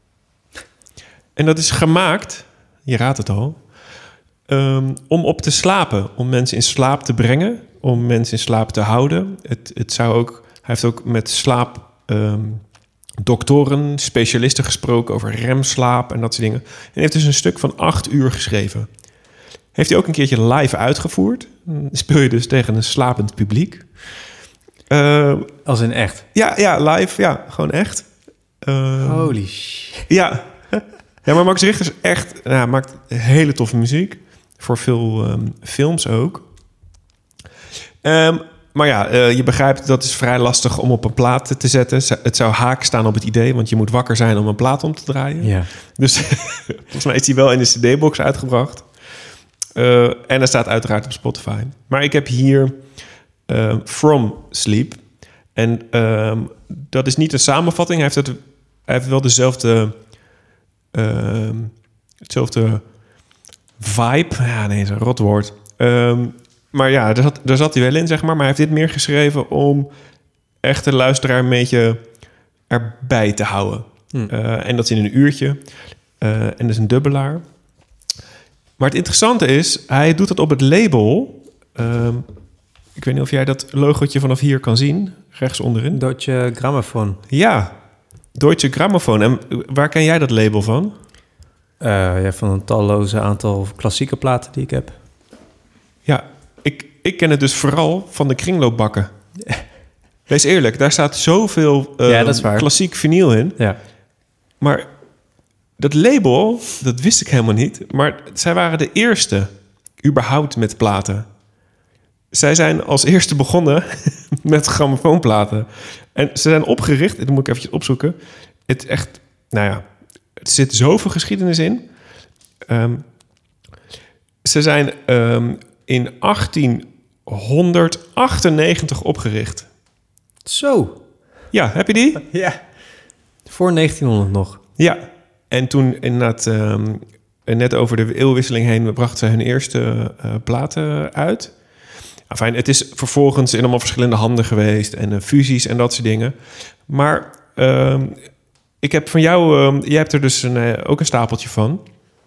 En dat is gemaakt, je raadt het al, um, om op te slapen. Om mensen in slaap te brengen. Om mensen in slaap te houden. Het, het zou ook, hij heeft ook met slaap... Um, doktoren, specialisten gesproken over remslaap en dat soort dingen. En heeft dus een stuk van acht uur geschreven. Heeft hij ook een keertje live uitgevoerd. Dan speel je dus tegen een slapend publiek. Uh, Als in echt? Ja, ja, live. Ja, gewoon echt. Uh, Holy shit. Ja. Ja, maar Max Richter is echt... Nou, maakt hele toffe muziek. Voor veel um, films ook. Um, Maar ja, uh, je begrijpt, dat is vrij lastig om op een plaat te zetten. Het zou haak staan op het idee, want je moet wakker zijn om een plaat om te draaien. Ja. Dus volgens mij is die wel in de cd-box uitgebracht. Uh, en er staat uiteraard op Spotify. Maar ik heb hier uh, From Sleep. En uh, dat is niet een samenvatting. Hij heeft, het, hij heeft wel dezelfde... Uh, hetzelfde vibe. Ja, nee, dat is een rot woord. Um, Maar ja, daar zat, daar zat hij wel in, zeg maar. Maar hij heeft dit meer geschreven om echt de luisteraar een beetje erbij te houden. Hm. Uh, en dat is in een uurtje. Uh, en dat is een dubbelaar. Maar het interessante is, hij doet dat op het label. Uh, ik weet niet of jij dat logootje vanaf hier kan zien. Rechts onderin. Deutsche Grammophon. Ja, Deutsche Grammophon. En waar ken jij dat label van? Uh, ja, van een talloze aantal klassieke platen die ik heb. Ja, ik, ik ken het dus vooral van de kringloopbakken. Wees eerlijk, daar staat zoveel uh, ja, dat is waar. klassiek vinyl in. Ja. Maar dat label, dat wist ik helemaal niet. Maar zij waren de eerste überhaupt met platen. Zij zijn als eerste begonnen met grammofoonplaten. En ze zijn opgericht, dat moet ik eventjes opzoeken. Het is echt, nou ja, er zit zoveel geschiedenis in. Um, ze zijn um, in achttienhonderdachtennegentig opgericht. Zo. Ja, heb je die? Ja. Voor negentienhonderd nog. Ja. En toen inderdaad, um, net over de eeuwwisseling heen, brachten ze hun eerste uh, platen uit. Enfin, het is vervolgens in allemaal verschillende handen geweest en uh, fusies en dat soort dingen. Maar um, ik heb van jou, um, jij hebt er dus een, uh, ook een stapeltje van.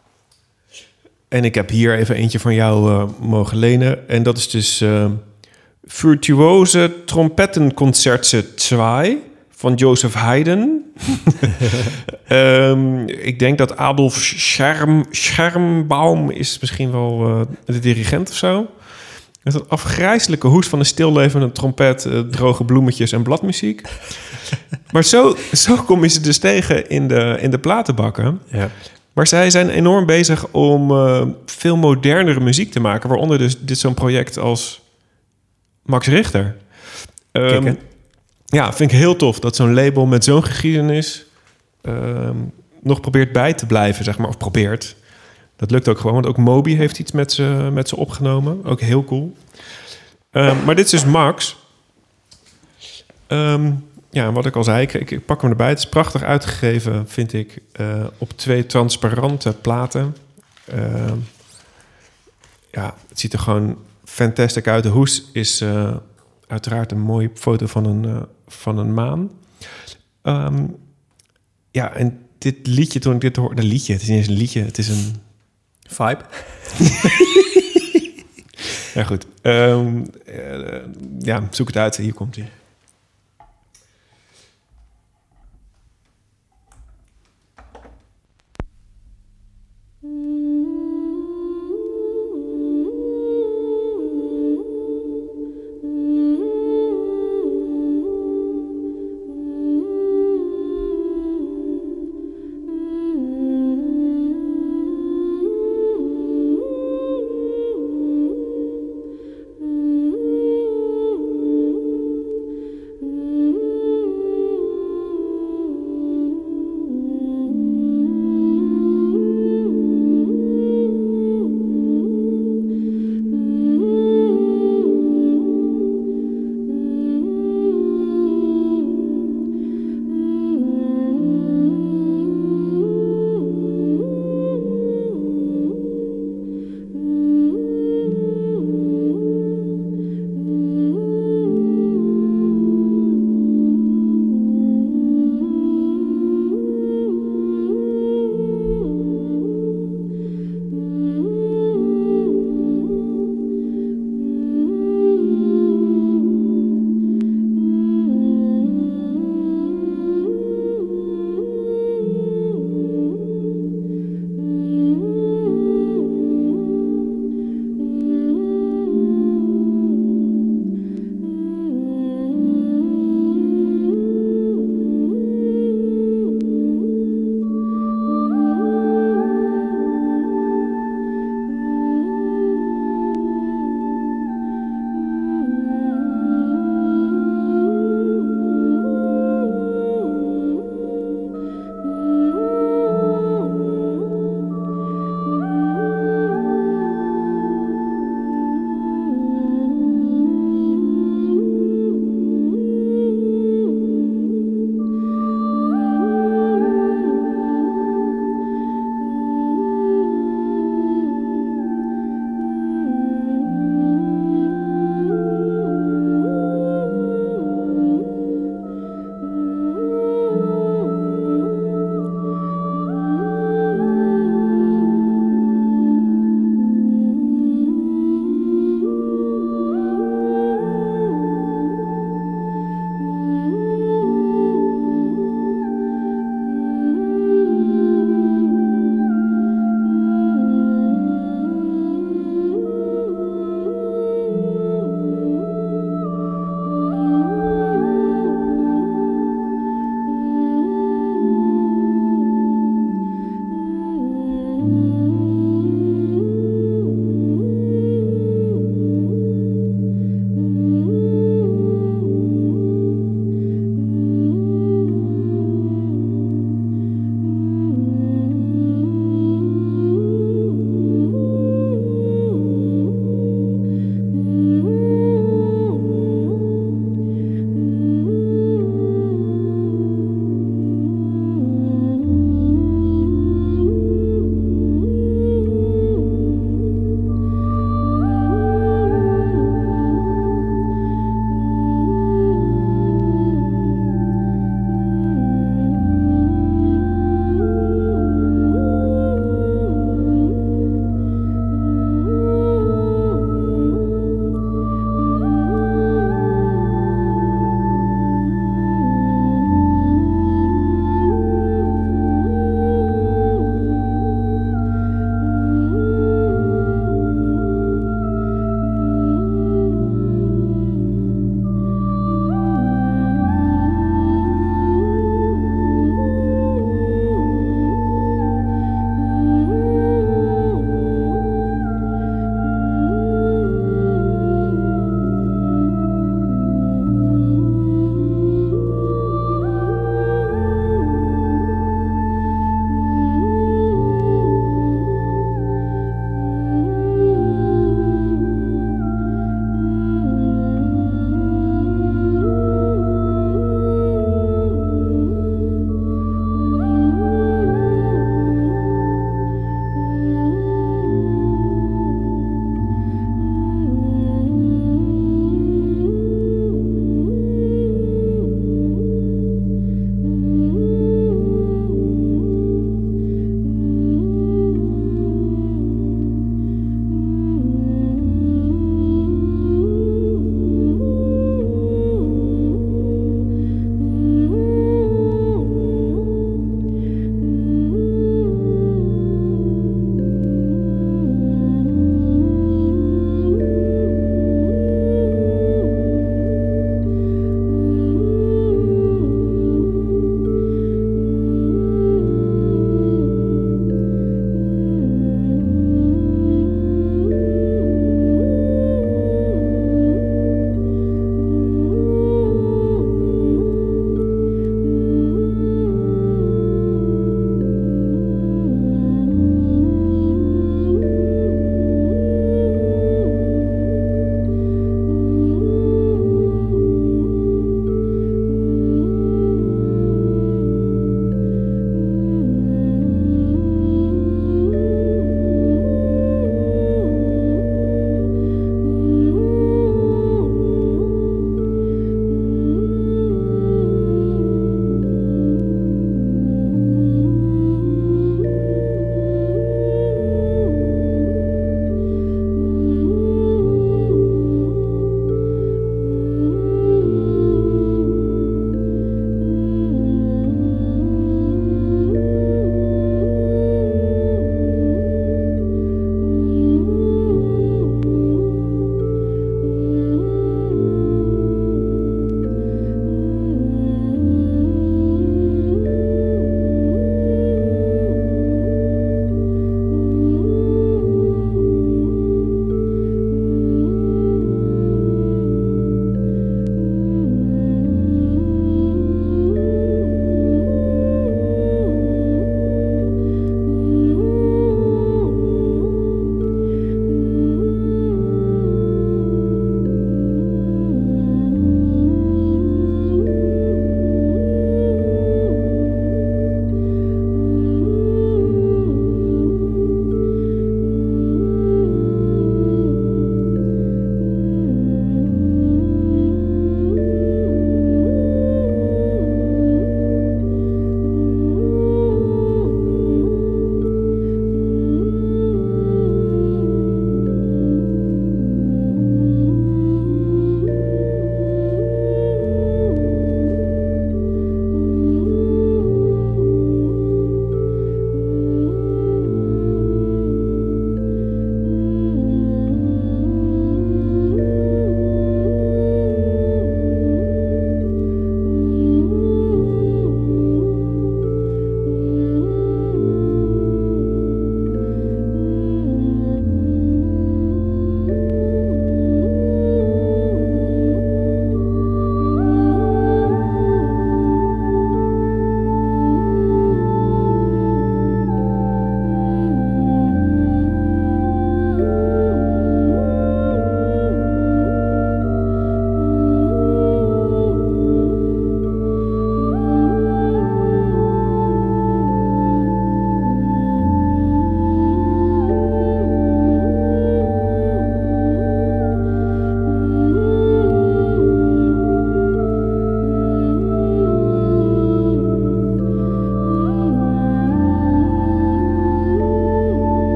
En ik heb hier even eentje van jou uh, mogen lenen. En dat is dus uh, Virtuose Trompettenconcertse twee van Joseph Haydn. um, ik denk dat Adolf Scherm, Schermbaum is misschien wel uh, de dirigent of zo. Met een afgrijselijke hoes van een stillevende trompet, uh, droge bloemetjes en bladmuziek. Maar zo, zo kom je ze dus tegen in de, in de platenbakken. Ja. Maar zij zijn enorm bezig om uh, veel modernere muziek te maken. Waaronder dus dit zo'n project als Max Richter. Um, ja, vind ik heel tof dat zo'n label met zo'n geschiedenis um, nog probeert bij te blijven, zeg maar. Of probeert. Dat lukt ook gewoon, want ook Moby heeft iets met ze, met ze opgenomen. Ook heel cool. Um, maar dit is dus Max. Um, ja, wat ik al zei, ik, ik, ik pak hem erbij. Het is prachtig uitgegeven, vind ik, uh, op twee transparante platen. Uh, ja, het ziet er gewoon fantastisch uit. De hoes is uh, uiteraard een mooie foto van een, uh, van een maan. Um, ja, en dit liedje, toen ik dit hoorde... Een liedje, het is niet eens een liedje, het is een... Vibe. Ja, goed. Um, uh, ja, zoek het uit. Hier komt hij.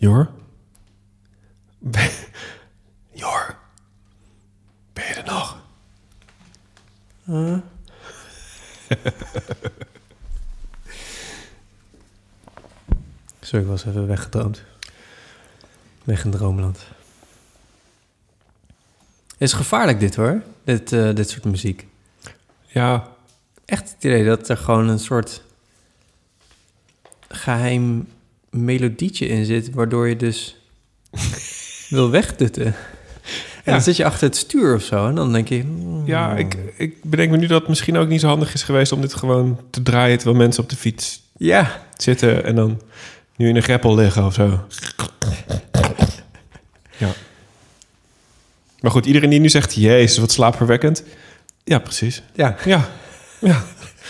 Jor? Ben... Jor? Ben je er nog? Uh. Sorry, ik was even weggedroomd. Weg in droomland. Het is gevaarlijk dit hoor, dit, uh, dit soort muziek. Ja. Echt het idee dat er gewoon een soort geheim melodietje in zit, waardoor je dus wil wegdutten. En Ja. dan zit je achter het stuur of zo en dan denk je... Mm, Ja, ik, ik bedenk me nu dat het misschien ook niet zo handig is geweest om dit gewoon te draaien terwijl mensen op de fiets Ja, zitten en dan nu in een greppel liggen of zo. Ja. Maar goed, iedereen die nu zegt, jezus, wat slaapverwekkend. Ja, precies. ja. Ja, ja.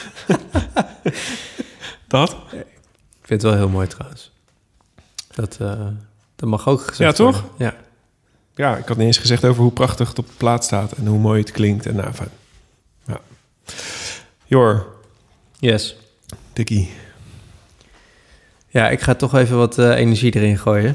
Dat? Ik vind het wel heel mooi trouwens. Dat, uh, dat mag ook gezegd Ja, toch? worden. Ja. Ja, ik had niet eens gezegd over hoe prachtig het op de plaat staat en hoe mooi het klinkt. En nou, fijn. Ja. Jor, Yes. Dikkie. Ja, ik ga toch even wat uh, energie erin gooien.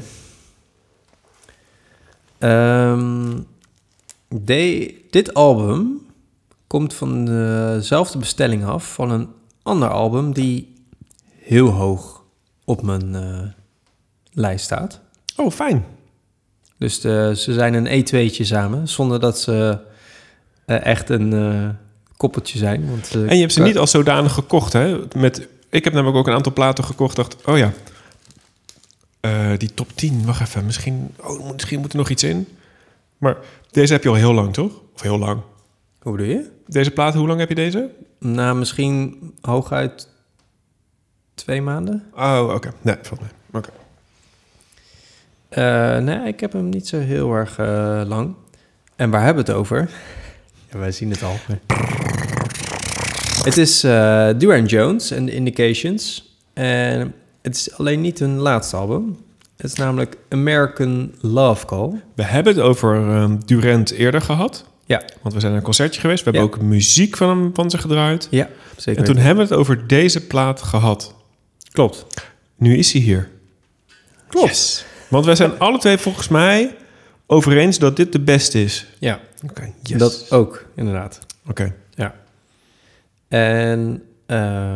Um, de, dit album komt van dezelfde bestelling af van een ander album die heel hoog op mijn uh, lijst staat. Oh, fijn. Dus de, ze zijn een E twee'tje samen, zonder dat ze uh, echt een uh, koppeltje zijn. Want, uh, En je hebt ze niet als zodanig gekocht, hè? Met, ik heb namelijk ook een aantal platen gekocht. Dacht, oh ja, uh, die top tien, wacht even. Misschien, oh, misschien moet er nog iets in. Maar deze heb je al heel lang, toch? Of heel lang. Hoe bedoel je? Deze plaat, hoe lang heb je deze? Nou, misschien hooguit twee maanden. Oh, oké. Okay. Nee, valt mee. Oké. Okay. Uh, nee, ik heb hem niet zo heel erg uh, lang. En waar hebben we het over? Ja, wij zien het al. Het is uh, Duran Jones en The Indications. En het is alleen niet hun laatste album. Het is namelijk American Love Call. We hebben het over um, Durant eerder gehad. Ja. Want we zijn naar een concertje geweest. We hebben ja. ook muziek van, hem, van ze gedraaid. Ja, zeker. En toen hebben we het over deze plaat gehad. Klopt. Nu is hij hier. Klopt. Yes. Want wij zijn alle twee volgens mij over eens dat dit de beste is. Ja. Oké, okay, yes. Dat ook, inderdaad. Oké. Okay. Ja. En, uh,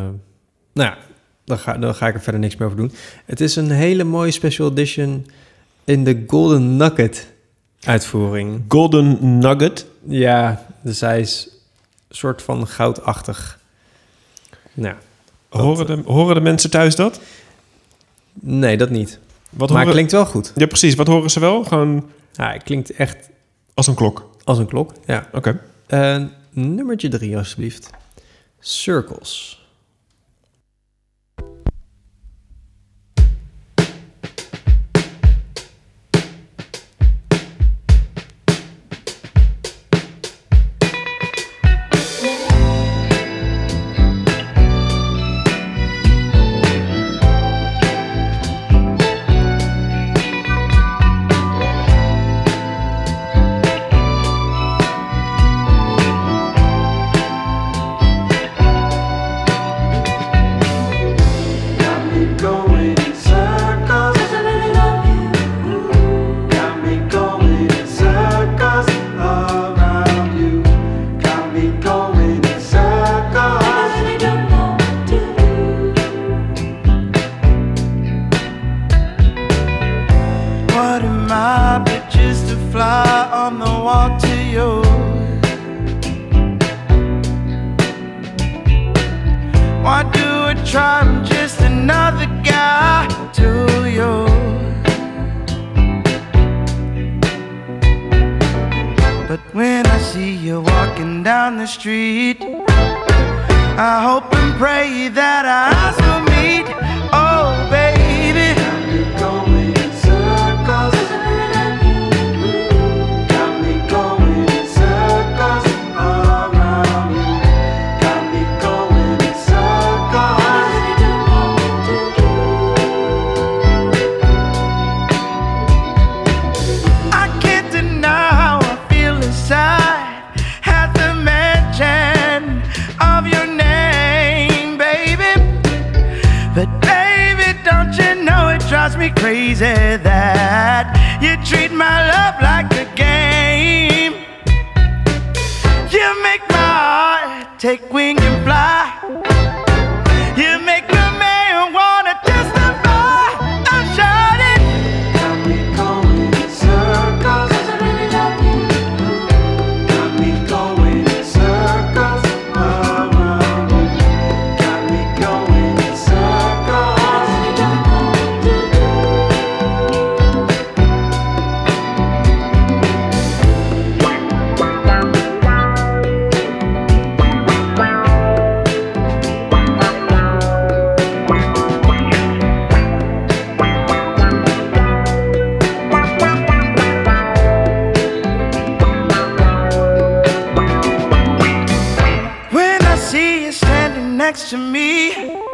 nou ja, dan ga, dan ga ik er verder niks meer over doen. Het is een hele mooie special edition in de Golden Nugget uitvoering. Golden Nugget? Ja, dus hij is een soort van goudachtig. Nou, horen, de, horen de mensen thuis dat? Nee, dat niet. Wat maar horen... het klinkt wel goed. Ja, precies. Wat horen ze wel? Gewoon... Ja, het klinkt echt... Als een klok? Als een klok, ja. Oké. Okay. Uh, nummertje drie, alsjeblieft. Circles. But baby, don't you know it drives me crazy that you treat my love like a game. You make my heart take wing and fly. You make the man wanna testify. I'm shining. Got me going in circles. I really love you. Got me going in circles. Around. Got me going in circles. When I see you standing next to me,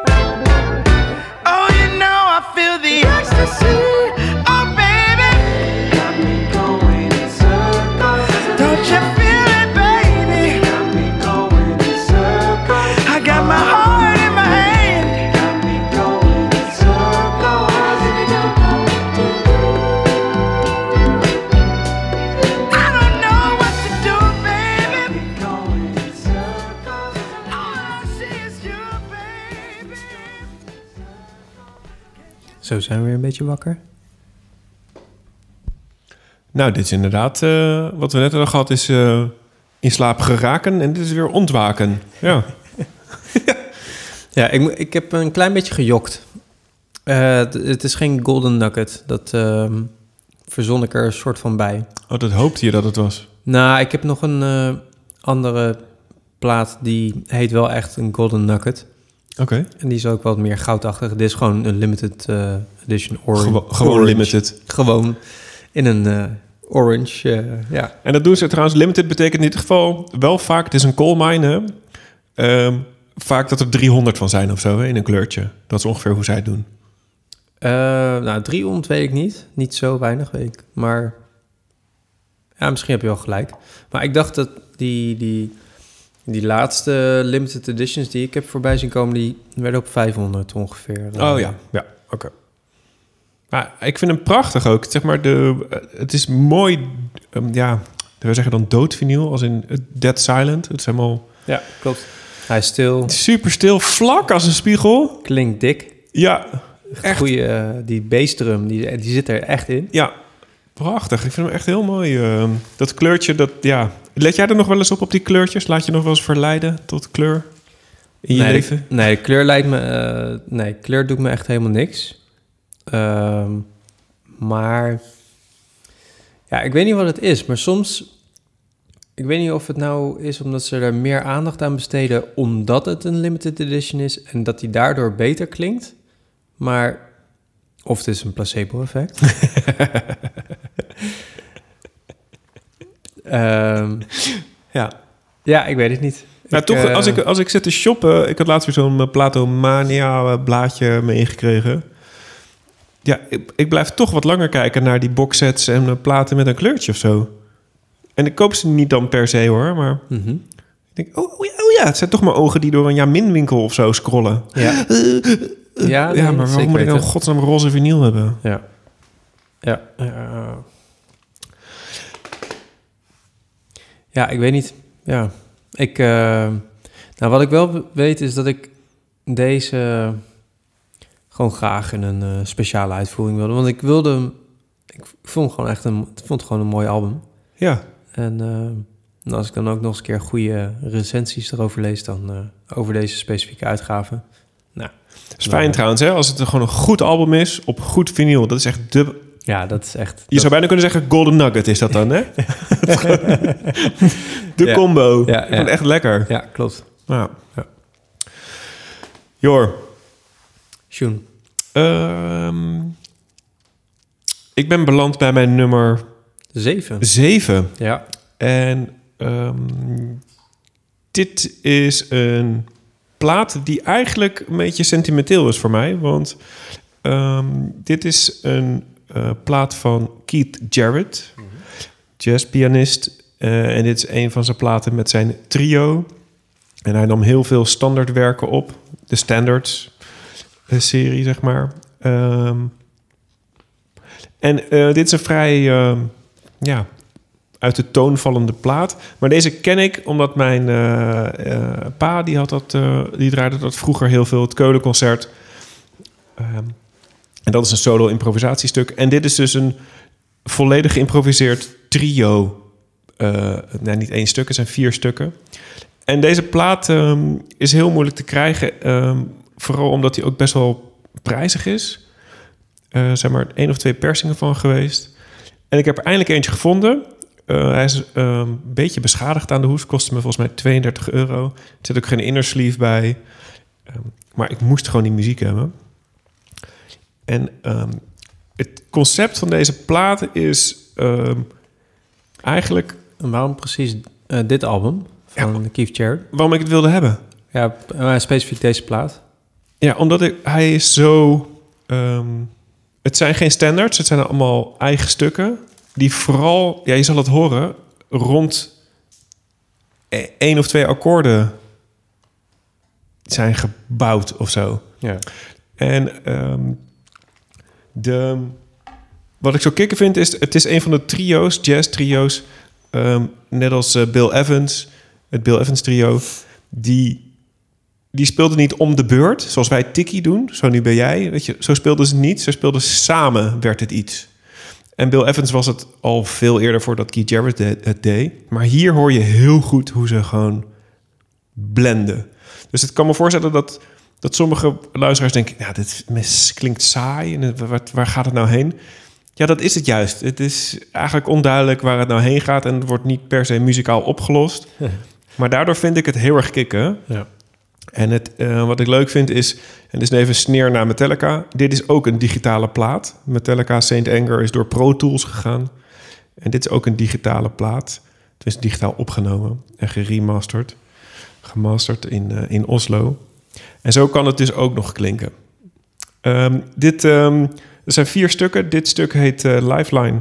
oh, you know I feel the ecstasy. Oh, baby, got me going in circles. Don't you feel it, baby? Got me going in circles. I got my heart in my hand. Got me going in circles. I don't know what to do, baby. Got me going in circles. All I see is you, baby. Zo zijn we weer een beetje wakker. Nou, dit is inderdaad... eh, wat we net hadden gehad is eh, in slaap geraken. En dit is weer ontwaken. Ja. Ja, ik, mo- ik heb een klein beetje gejokt. Eh, het, het is geen golden nugget. Dat ehm, verzon ik er een soort van bij. Oh, dat hoopte je dat het was. Nou, ik heb nog een eh, andere plaat die heet wel echt een golden nugget. Oké. En die is ook wat meer goudachtig. Dit is gewoon een limited eh, edition orange. Gewo- gewoon orange. limited. Gewoon in een eh, orange, eh, ja. En dat doen ze trouwens. Limited betekent in dit geval wel vaak... Het is een coal mine, hè? Ehm, vaak dat er driehonderd van zijn of zo, hè, in een kleurtje. Dat is ongeveer hoe zij het doen. Eh, nou, driehonderd weet ik niet. Niet zo weinig, weet ik. Maar ja, misschien heb je wel gelijk. Maar ik dacht dat die, die, die laatste limited editions die ik heb voorbij zien komen... die werden op vijfhonderd ongeveer. Oh ja, ja, oké. Maar ik vind hem prachtig ook. Zeg maar, de, het is mooi... Um, ja, we zeggen dan doodvinyl, als in dead silent. Het is helemaal Ja, klopt. Hij is stil, super stil, vlak als een spiegel. klinkt dik. Ja, echt. Goeie, eh, die bassdrum, die, die zit er echt in. Ja, prachtig. Ik vind hem echt heel mooi. uh, dat kleurtje, dat, ja... Let jij er nog wel eens op, op die kleurtjes? Laat je nog wel eens verleiden tot kleur in je nee, leven? De, nee, kleur lijkt me... eh, nee, kleur doet me echt helemaal niks. Ehm, maar... Ja, ik weet niet wat het is, maar soms... Ik weet niet of het nou is omdat ze er meer aandacht aan besteden... omdat het een limited edition is en dat die daardoor beter klinkt. Maar... Of het is een placebo-effect. Ehm, Ja. ja, ik weet het niet. Maar Ik, toch, eh, als, ik, als ik zit te shoppen... Ik had laatst weer zo'n uh, Platomania uh, blaadje meegekregen. Ja, ik, ik blijf toch wat langer kijken naar die boxsets... en uh, platen met een kleurtje of zo. En ik koop ze niet dan per se, hoor. Maar mhm. ik denk, oh, oh, ja, oh ja, het zijn toch maar ogen... die door een Jamin-winkel of zo scrollen. Ja. Ja, Ja, maar waarom moet ik dan godsnaam roze vinyl hebben? Ja. Ja. eh, ja, ik weet niet. Ja. Ik, eh, nou, wat ik wel weet is dat ik deze gewoon graag in een eh, speciale uitvoering wilde. Want ik wilde hem... Ik vond gewoon echt een, ik vond het gewoon een mooi album. Ja, En eh, als ik dan ook nog eens een keer goede recensies erover lees... dan eh, over deze specifieke uitgave... Nou, dat is fijn trouwens, hè? Als het gewoon een goed album is op goed vinyl. Dat is echt de... ja, dat is echt... Je dat- zou bijna kunnen zeggen Golden Nugget is dat dan, hè? de Ja. combo. Ja, Ik vind het ja. echt lekker. Ja, klopt. Ja. Ja. Jor, Sjoen. ehm, ik ben beland bij mijn nummer Zeven. zeven. Ja. En ehm, dit is een plaat die eigenlijk een beetje sentimenteel is voor mij. Want ehm, dit is een uh, plaat van Keith Jarrett, mm-hmm. jazzpianist. Uh, en dit is een van zijn platen met zijn trio. En hij nam heel veel standaardwerken op. De Standards uh, serie, zeg maar. Um, En uh, dit is een vrij uh, ja, uit de toon vallende plaat. Maar deze ken ik omdat mijn uh, uh, pa, die, had dat, uh, die draaide dat vroeger heel veel, het Keulenconcert. Um, en dat is een solo-improvisatiestuk. En dit is dus een volledig geïmproviseerd trio. Uh, nee, niet één stuk, het zijn vier stukken. En deze plaat um, is heel moeilijk te krijgen. Um, vooral omdat hij ook best wel prijzig is. Er uh, zijn maar één of twee persingen van geweest. En ik heb er eindelijk eentje gevonden. Uh, hij is uh, een beetje beschadigd aan de hoes. Kostte me volgens mij tweeëndertig euro. Er zit ook geen inner sleeve bij. Um, maar ik moest gewoon die muziek hebben. En um, het concept van deze plaat is um, eigenlijk... En waarom precies uh, dit album van ja, Keith Jarrett? Waarom ik het wilde hebben? Ja, uh, specifiek deze plaat. Ja, omdat ik, hij is zo... Um, het zijn geen standards, het zijn allemaal eigen stukken... die vooral, ja, je zal het horen... rond één of twee akkoorden zijn gebouwd of zo. Ja. En um, de, wat ik zo kicken vind is... het is een van de trio's, jazz-trio's... Um, net als uh, Bill Evans, het Bill Evans trio... die, die speelden niet om de beurt, zoals wij Tikkie doen. Zo nu ben jij, weet je. Zo speelden ze niet, ze speelden samen, werd het iets. En Bill Evans was het al veel eerder voordat Keith Jarrett het deed. Maar hier hoor je heel goed hoe ze gewoon blenden. Dus het kan me voorstellen dat, dat sommige luisteraars denken... ja, dit klinkt saai, en waar, waar gaat het nou heen? Ja, dat is het juist. Het is eigenlijk onduidelijk waar het nou heen gaat... en het wordt niet per se muzikaal opgelost. Ja. Maar daardoor vind ik het heel erg kicken. Ja. En het, uh, wat ik leuk vind is... en dit is even een sneer naar Metallica... dit is ook een digitale plaat. Metallica Saint Anger is door Pro Tools gegaan. En dit is ook een digitale plaat. Het is digitaal opgenomen en geremasterd. Gemasterd in, uh, in Oslo. En zo kan het dus ook nog klinken. Um, dit... Um, Er zijn vier stukken. Dit stuk heet uh, Lifeline.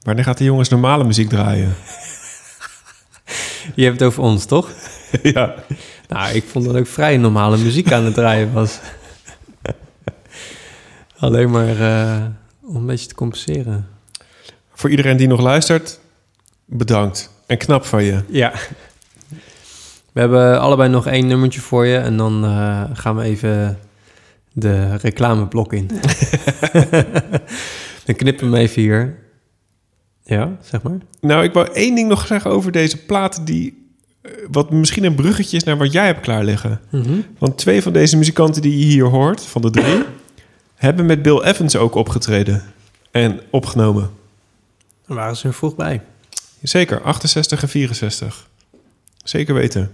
Wanneer gaat de jongens normale muziek draaien? Je hebt het over ons, toch? Ja. Nou, ik vond dat ook vrij normale muziek aan het draaien was. Alleen maar uh, om een beetje te compenseren. Voor iedereen die nog luistert, bedankt. En knap van je. Ja. We hebben allebei nog één nummertje voor je. En dan uh, gaan we even de reclameblok in. Dan knippen we hem even hier. Ja, zeg maar. Nou, ik wou één ding nog zeggen over deze plaat die... uh, wat misschien een bruggetje is naar wat jij hebt klaar liggen. Mm-hmm. Want twee van deze muzikanten die je hier hoort, van de drie... hebben met Bill Evans ook opgetreden en opgenomen. Daar waren ze er vroeg bij. Zeker, achtenzestig en vierenzestig. Zeker weten.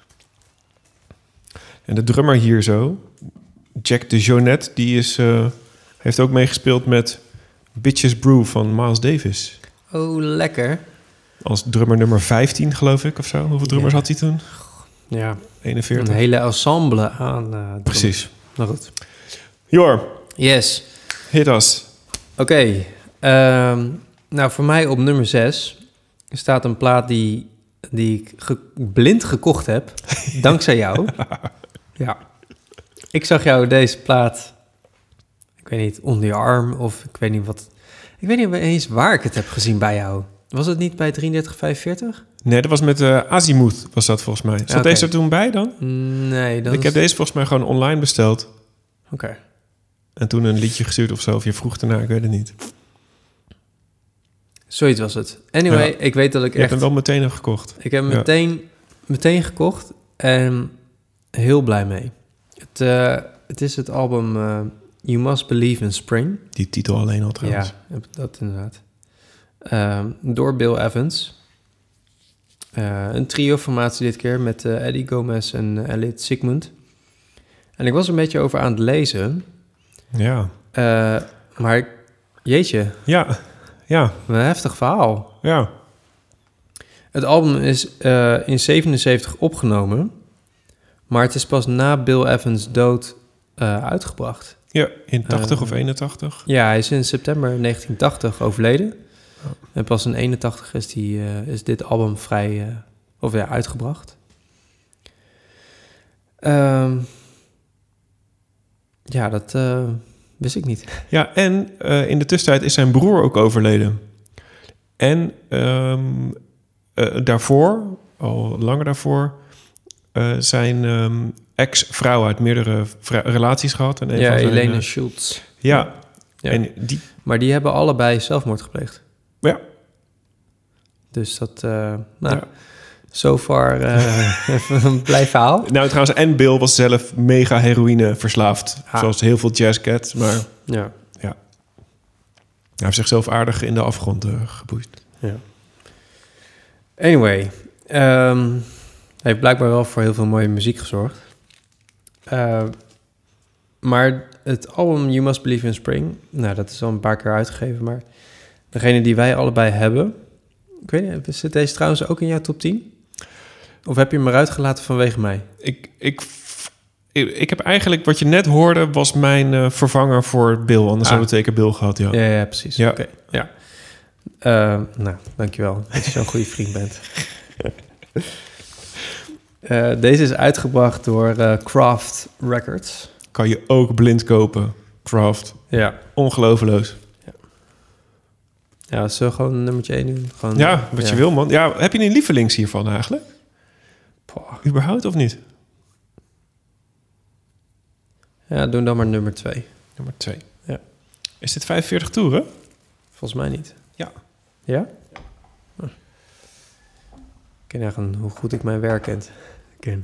En de drummer hier zo, Jack de Jonette, die is, uh, heeft ook meegespeeld met Bitches Brew van Miles Davis. Oh, lekker. Als drummer nummer vijftien, geloof ik, of zo. Hoeveel drummers Ja. had hij toen? Ja, eenenveertig. een hele ensemble aan. Uh, drummers. Precies. Nou goed. Jor, Yes. hit us. Oké. Okay. Um, nou, voor mij op nummer zes staat een plaat die, die ik ge- blind gekocht heb. Dankzij jou. Ja. Ik zag jou deze plaat, ik weet niet, onder je arm of ik weet niet wat. Ik weet niet eens waar ik het heb gezien bij jou. Was het niet bij drieëndertig vijfenveertig? Nee, dat was met uh, Azimuth, was dat volgens mij. Zat Ja, okay. deze er toen bij dan? Nee, dat Ik is... heb deze volgens mij gewoon online besteld. Oké. Okay. En toen een liedje gestuurd of zo. Of je vroeg ernaar, ik weet het niet. Zoiets was het. Anyway, Ja. ik weet dat ik Je echt... hebt hem wel meteen heb gekocht. Ik heb hem Ja. meteen, meteen gekocht en heel blij mee. Het, uh, het is het album uh, You Must Believe in Spring. Die titel alleen al trouwens. Ja, dat inderdaad. Uh, door Bill Evans. Uh, een trio-formatie dit keer met uh, Eddie Gomez en uh, Elliot Sigmund. En ik was er een beetje over aan het lezen. Ja. Uh, maar jeetje, Ja. Ja. een heftig verhaal. Ja. Het album is uh, in zevenenzeventig opgenomen, maar het is pas na Bill Evans' dood uh, uitgebracht. Ja, in tachtig Uh, of eenentachtig. Ja, hij is in september negentien tachtig overleden. Oh. En pas in eenentachtig is, die, uh, is dit album vrij, uh, of ja, uitgebracht. Um, ja, dat uh, wist ik niet. Ja, en uh, in de tussentijd is zijn broer ook overleden. En um, uh, daarvoor, al langer daarvoor, uh, zijn um, ex-vrouw uit meerdere vra- relaties gehad. En een ja, van zijn, Helene uh, Schultz. Ja. ja, en die... maar die hebben allebei zelfmoord gepleegd. Ja. Dus dat, uh, nou, ja. so far uh, even een blij verhaal. Nou, trouwens, en Bill was zelf mega heroïne verslaafd. Ah. Zoals heel veel jazzcats, maar ja. ja. Hij heeft zichzelf aardig in de afgrond uh, geboeid. Ja. Anyway, um, hij heeft blijkbaar wel voor heel veel mooie muziek gezorgd. Uh, maar het album You Must Believe in Spring, nou, dat is al een paar keer uitgegeven, maar degene die wij allebei hebben, ik weet niet, zit deze trouwens ook in jouw top tien? Of heb je hem eruit gelaten vanwege mij? Ik, ik, ik, ik heb eigenlijk, wat je net hoorde, was mijn uh, vervanger voor Bill. Anders ah. hadden we zeker Bill gehad, ja. Ja, ja precies. Ja. Okay, ja. Uh, nou, dankjewel dat je zo'n goede vriend bent. uh, deze is uitgebracht door uh, Craft Records. Kan je ook blind kopen, Craft. Ja. Ongelooflijk. Ja, ja zullen we gewoon een nummertje één doen? Gewoon, ja, wat ja. je wil, man. Ja, heb je een lievelings hiervan eigenlijk? Poh. Überhaupt of niet? Ja, doen dan maar nummer twee. Nummer twee. Ja. Is dit vijfenveertig toeren? Volgens mij niet. Ja. Ja? Oh. Ik ken eigenlijk hoe goed ik mijn werk ken. ken.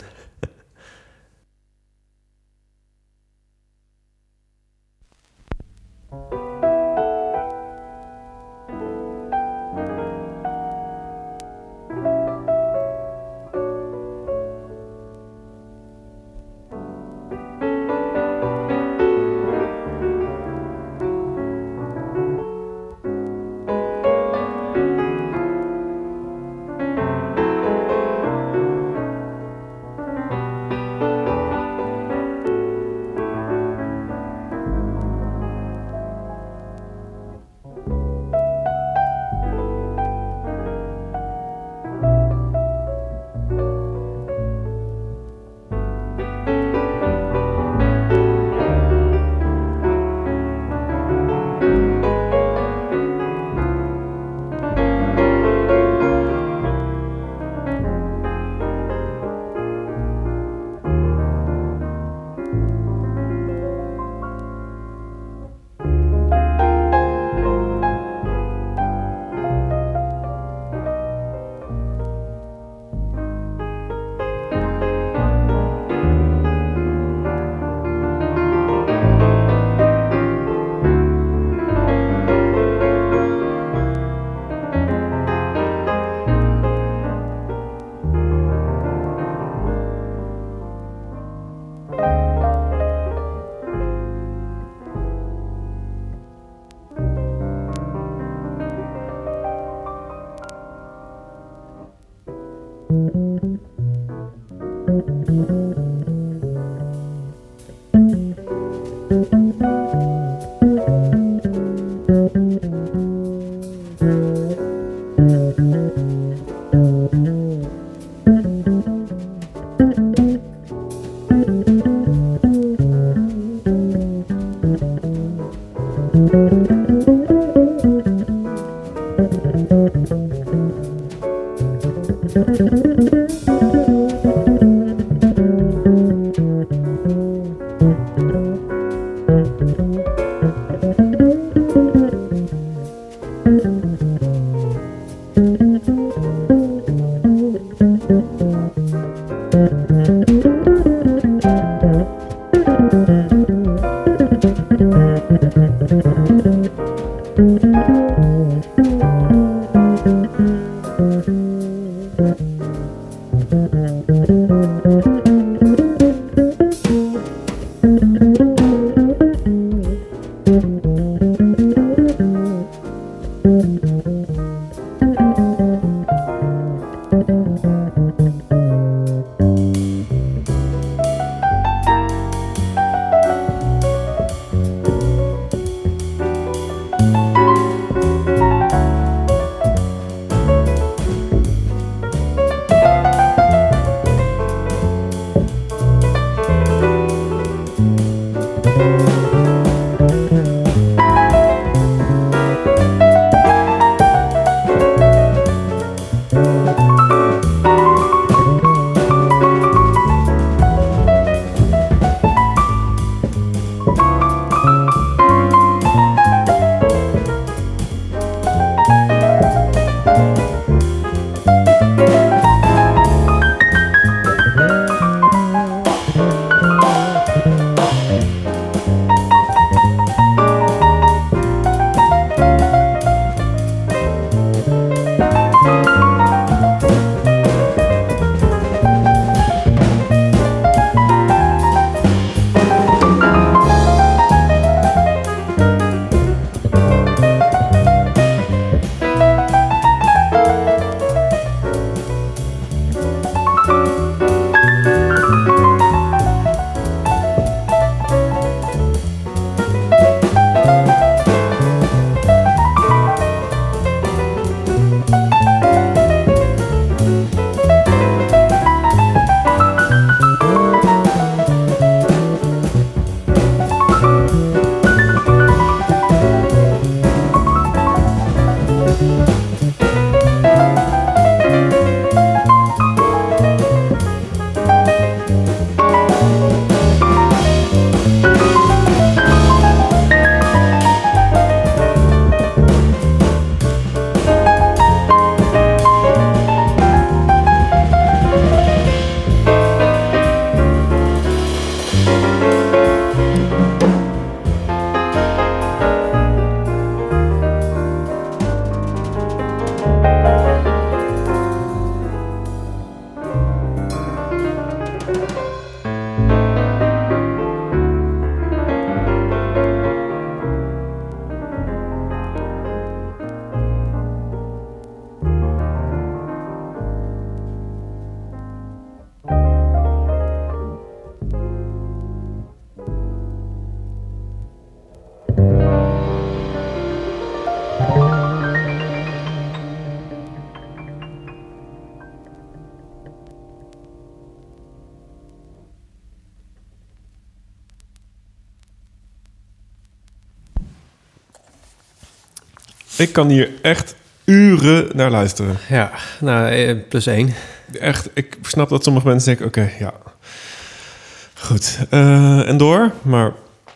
Ik kan hier echt uren naar luisteren. Ja, nou, eh, plus één. Echt, ik snap dat sommige mensen denken... Oké, okay, ja. Goed. Uh, en door. Maar...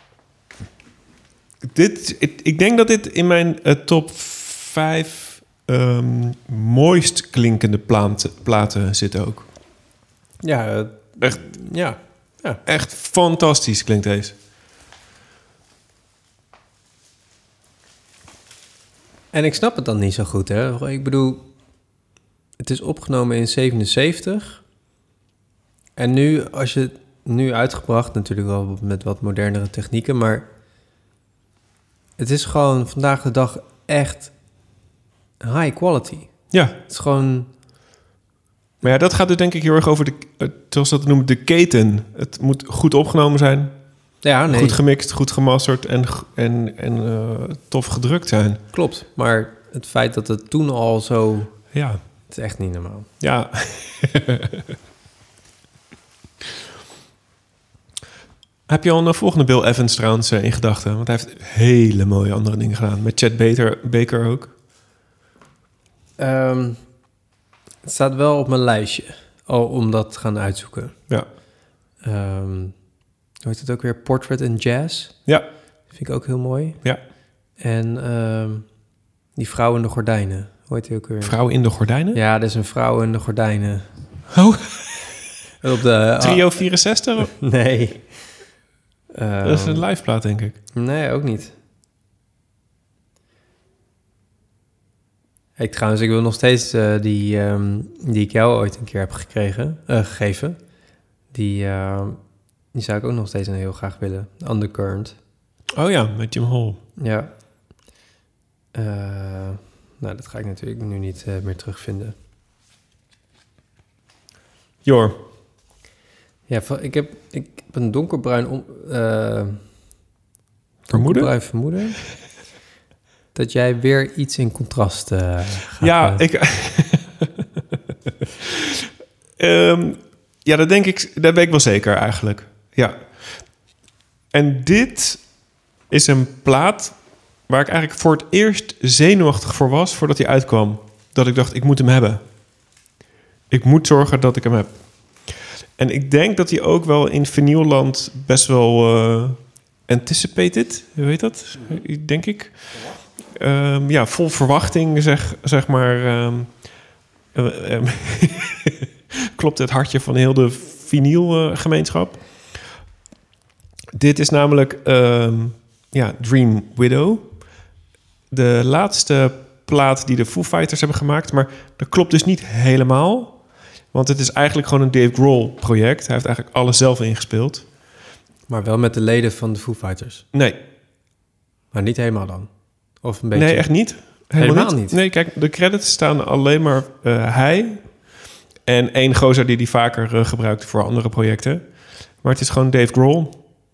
Dit, ik, ik denk dat dit in mijn uh, top vijf um, mooist klinkende platen, platen zit ook. Ja, uh, echt, ja, ja. Echt fantastisch klinkt deze. En ik snap het dan niet zo goed, hè. Ik bedoel, het is opgenomen in zevenenzeventig. En nu, als je het nu uitgebracht, natuurlijk wel met wat modernere technieken, maar het is gewoon vandaag de dag echt high quality. Ja. Het is gewoon... Maar ja, dat gaat dus denk ik heel erg over de, zoals dat noemen, de keten. Het moet goed opgenomen zijn. Ja, nee. Goed gemixt, goed gemasterd en, en, en uh, tof gedrukt zijn. Klopt, maar het feit dat het toen al zo... Ja. Het is echt niet normaal. Ja. Heb je al een volgende Bill Evans trouwens uh, in gedachten? Want hij heeft hele mooie andere dingen gedaan. Met Chet Baker, Baker ook. Um, het staat wel op mijn lijstje. Oh, om dat te gaan uitzoeken. Ja. Um, hoe heet het ook weer? Portrait and Jazz. Ja. Vind ik ook heel mooi. Ja. En um, die vrouw in de gordijnen. Hoe heet die ook weer? Vrouw in de gordijnen? Ja, er is een vrouw in de gordijnen. Oh. Op de, Trio vierenzestig? Oh. Nee. Um, dat is een liveplaat, denk ik. Nee, ook niet. Ik trouwens, ik wil nog steeds uh, die, um, die ik jou ooit een keer heb gekregen, uh, gegeven. Die, uh, die zou ik ook nog steeds een heel graag willen. Undercurrent. Oh ja, met Jim Hall. Ja. Uh, nou, dat ga ik natuurlijk nu niet uh, meer terugvinden. Jor. Ja, ik heb, ik heb een donkerbruin... Om, uh, vermoeden? Donkerbruin vermoeden. Dat jij weer iets in contrast uh, gaat... Ja, uh, ik... um, ja, dat denk ik... Dat weet ik wel zeker eigenlijk. Ja. En dit is een plaat waar ik eigenlijk voor het eerst zenuwachtig voor was voordat hij uitkwam. Dat ik dacht, ik moet hem hebben. Ik moet zorgen dat ik hem heb. En ik denk dat hij ook wel in vinylland best wel uh, anticipated, hoe heet dat? Denk ik. Um, ja, vol verwachting, zeg, zeg maar. Um, uh, um, klopt het hartje van heel de vinylgemeenschap. Uh, Dit is namelijk um, ja, Dream Widow. De laatste plaat die de Foo Fighters hebben gemaakt. Maar dat klopt dus niet helemaal. Want het is eigenlijk gewoon een Dave Grohl project. Hij heeft eigenlijk alles zelf ingespeeld. Maar wel met de leden van de Foo Fighters? Nee. Maar niet helemaal dan? Of een beetje? Nee, echt niet. Helemaal, helemaal niet. niet? Nee, kijk, de credits staan alleen maar uh, hij... en één gozer die die vaker uh, gebruikt voor andere projecten. Maar het is gewoon Dave Grohl.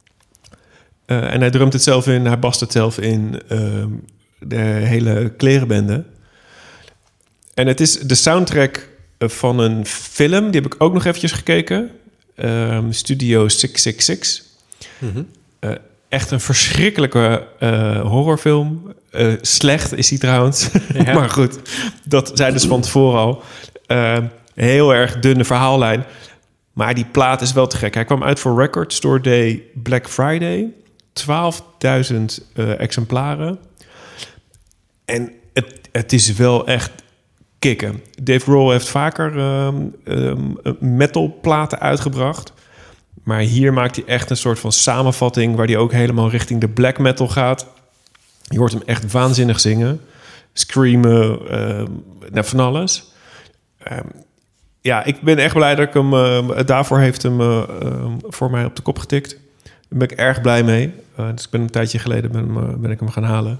Uh, en hij drumt het zelf in, hij bast het zelf in. Uh, de hele klerenbende. En het is de soundtrack van een film. Die heb ik ook nog eventjes gekeken. Um, Studio zes zes zes. Mm-hmm. Uh, echt een verschrikkelijke uh, horrorfilm. Uh, slecht is die trouwens. Ja. Maar goed, dat zei dus van tevoren al. Uh, heel erg dunne verhaallijn. Maar die plaat is wel te gek. Hij kwam uit voor Record Store Day Black Friday. twaalfduizend uh, exemplaren. En het, het is wel echt kicken. Dave Grohl heeft vaker um, um, metalplaten uitgebracht. Maar hier maakt hij echt een soort van samenvatting... waar hij ook helemaal richting de black metal gaat. Je hoort hem echt waanzinnig zingen. Screamen, uh, nou, van alles. Um, ja, ik ben echt blij dat ik hem... Uh, daarvoor heeft hem uh, uh, voor mij op de kop getikt. Daar ben ik erg blij mee. Uh, dus ik ben een tijdje geleden ben, uh, ben ik hem gaan halen.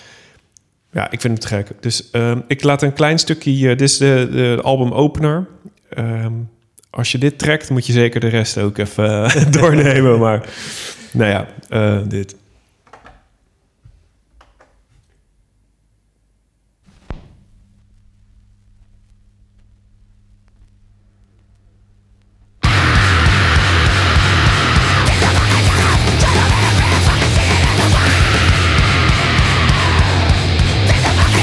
Ja, ik vind het gek. Dus um, ik laat een klein stukje... Uh, dit is de, de album opener. Um, als je dit trekt, moet je zeker de rest ook even uh, doornemen. Maar nou ja, uh, dit... Get the fuck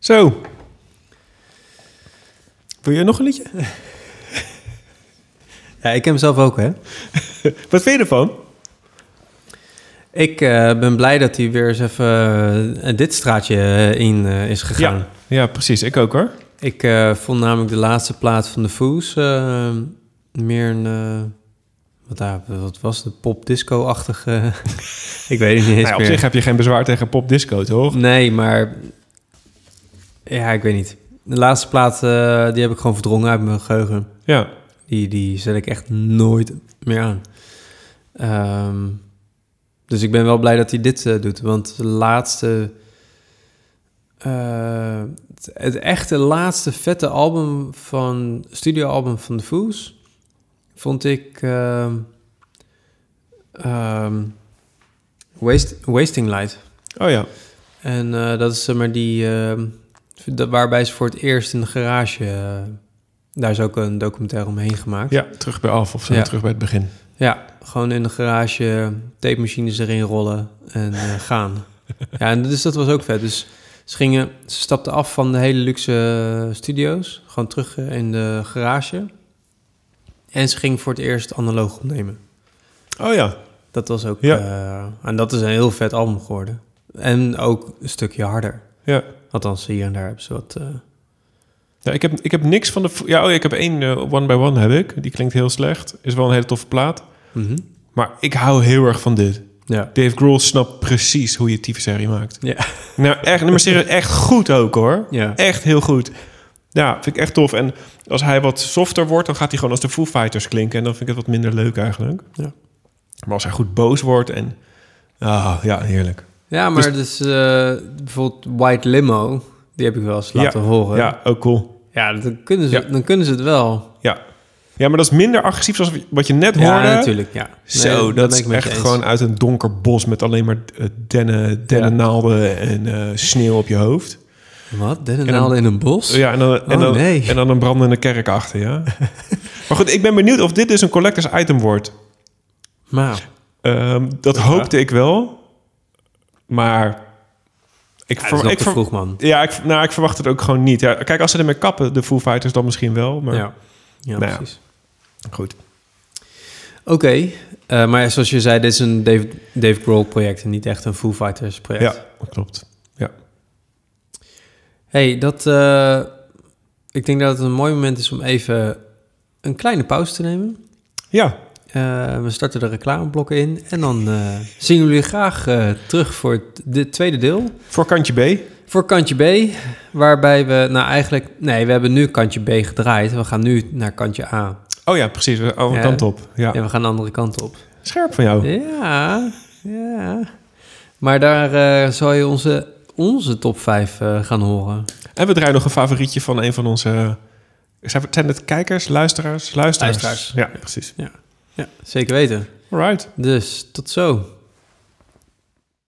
Zo. Wil je nog een liedje? Ja, ik heb hem zelf ook, hè. Wat vind je ervan? Ik uh, ben blij dat hij weer eens even uh, dit straatje uh, in uh, is gegaan. Ja, ja, precies. Ik ook, hoor. Ik uh, vond namelijk de laatste plaat van de Foos uh, meer een... Uh, wat, uh, wat was het? Pop-disco-achtige... ik weet het niet eens nou, op meer. zich heb je geen bezwaar tegen pop-disco, toch? Nee, maar... Ja, ik weet niet. De laatste plaat, uh, die heb ik gewoon verdrongen uit mijn geheugen. Ja. Die, die zet ik echt nooit meer aan. Um, dus ik ben wel blij dat hij dit uh, doet. Want de laatste... Uh, het, het echte laatste vette album van... studioalbum van de Foos... vond ik... Uh, um, Waste, Wasting Light. Oh ja. En uh, dat is zeg maar die... Uh, waarbij ze voor het eerst in de garage... Uh, daar is ook een documentaire omheen gemaakt. Ja, terug bij af of zo, ja. terug bij het begin. Ja, gewoon in de garage tape machines erin rollen en uh, gaan. Ja, en dus dat was ook vet. Dus ze gingen, ze stapten af van de hele luxe studio's, gewoon terug in de garage. En ze gingen voor het eerst analoog opnemen. Oh ja. Dat was ook, ja. uh, en dat is een heel vet album geworden. En ook een stukje harder. Ja. Althans, hier en daar hebben ze wat... Uh, Ja, ik heb, ik heb niks van de... Ja, oh ja, ik heb één uh, One by One heb ik. Die klinkt heel slecht. Is wel een hele toffe plaat. Mm-hmm. Maar ik hou heel erg van dit. Ja. Dave Grohl snapt precies hoe je tyfusserie maakt. Ja. Nou, echt, maar serieus, echt goed ook, hoor. Ja. Echt heel goed. Ja, vind ik echt tof. En als hij wat softer wordt, dan gaat hij gewoon als de Foo Fighters klinken. En dan vind ik het wat minder leuk eigenlijk. Ja. Maar als hij goed boos wordt en... Ah, ja, heerlijk. Ja, maar dus, dus uh, bijvoorbeeld White Limo... Die heb ik wel eens laten ja, horen. Ja, ook cool. Ja, dan kunnen ze, ja. dan kunnen ze het wel. Ja. Ja, maar dat is minder agressief zoals wat je net ja, hoorde. Ja, natuurlijk. Ja. Zo, nee, dat, dat is echt gewoon uit een donker bos... met alleen maar dennen, dennennaalden en uh, sneeuw op je hoofd. Wat? Dennennaalden in een bos? Ja, en dan, en, oh, dan, nee. en dan een brandende kerk achter, ja. Maar goed, ik ben benieuwd of dit dus een collectors item wordt. Maar... Um, dat ja. hoopte ik wel. Maar... Ik, ja, ver, dat is ik te ver, vroeg, man. Ja, ik, nou, ik verwacht het ook gewoon niet. Ja, kijk, als ze ermee kappen, de Foo Fighters dan misschien wel. Maar, ja, ja nou precies. Ja. Goed. Oké, okay. uh, maar zoals je zei, dit is een Dave, Dave Grohl project en niet echt een Foo Fighters project. Ja, dat klopt. Ja. Hey, dat... Uh, ik denk dat het een mooi moment is om even een kleine pauze te nemen. Ja. Uh, we starten de reclameblokken in. En dan uh, zien jullie graag uh, terug voor het de tweede deel. Voor kantje B. Voor kantje B. Waarbij we, nou eigenlijk... Nee, we hebben nu kantje B gedraaid. We gaan nu naar kantje A. Oh ja, precies. De andere ja, kant op. Ja. ja, we gaan de andere kant op. Scherp van jou. Ja, ja. Maar daar uh, zal je onze, onze top vijf uh, gaan horen. En we draaien nog een favorietje van een van onze... Zijn het kijkers, luisteraars? Luisteraars. Luisteraars. Ja, precies. Ja. Ja, zeker weten. Alright. Dus tot zo.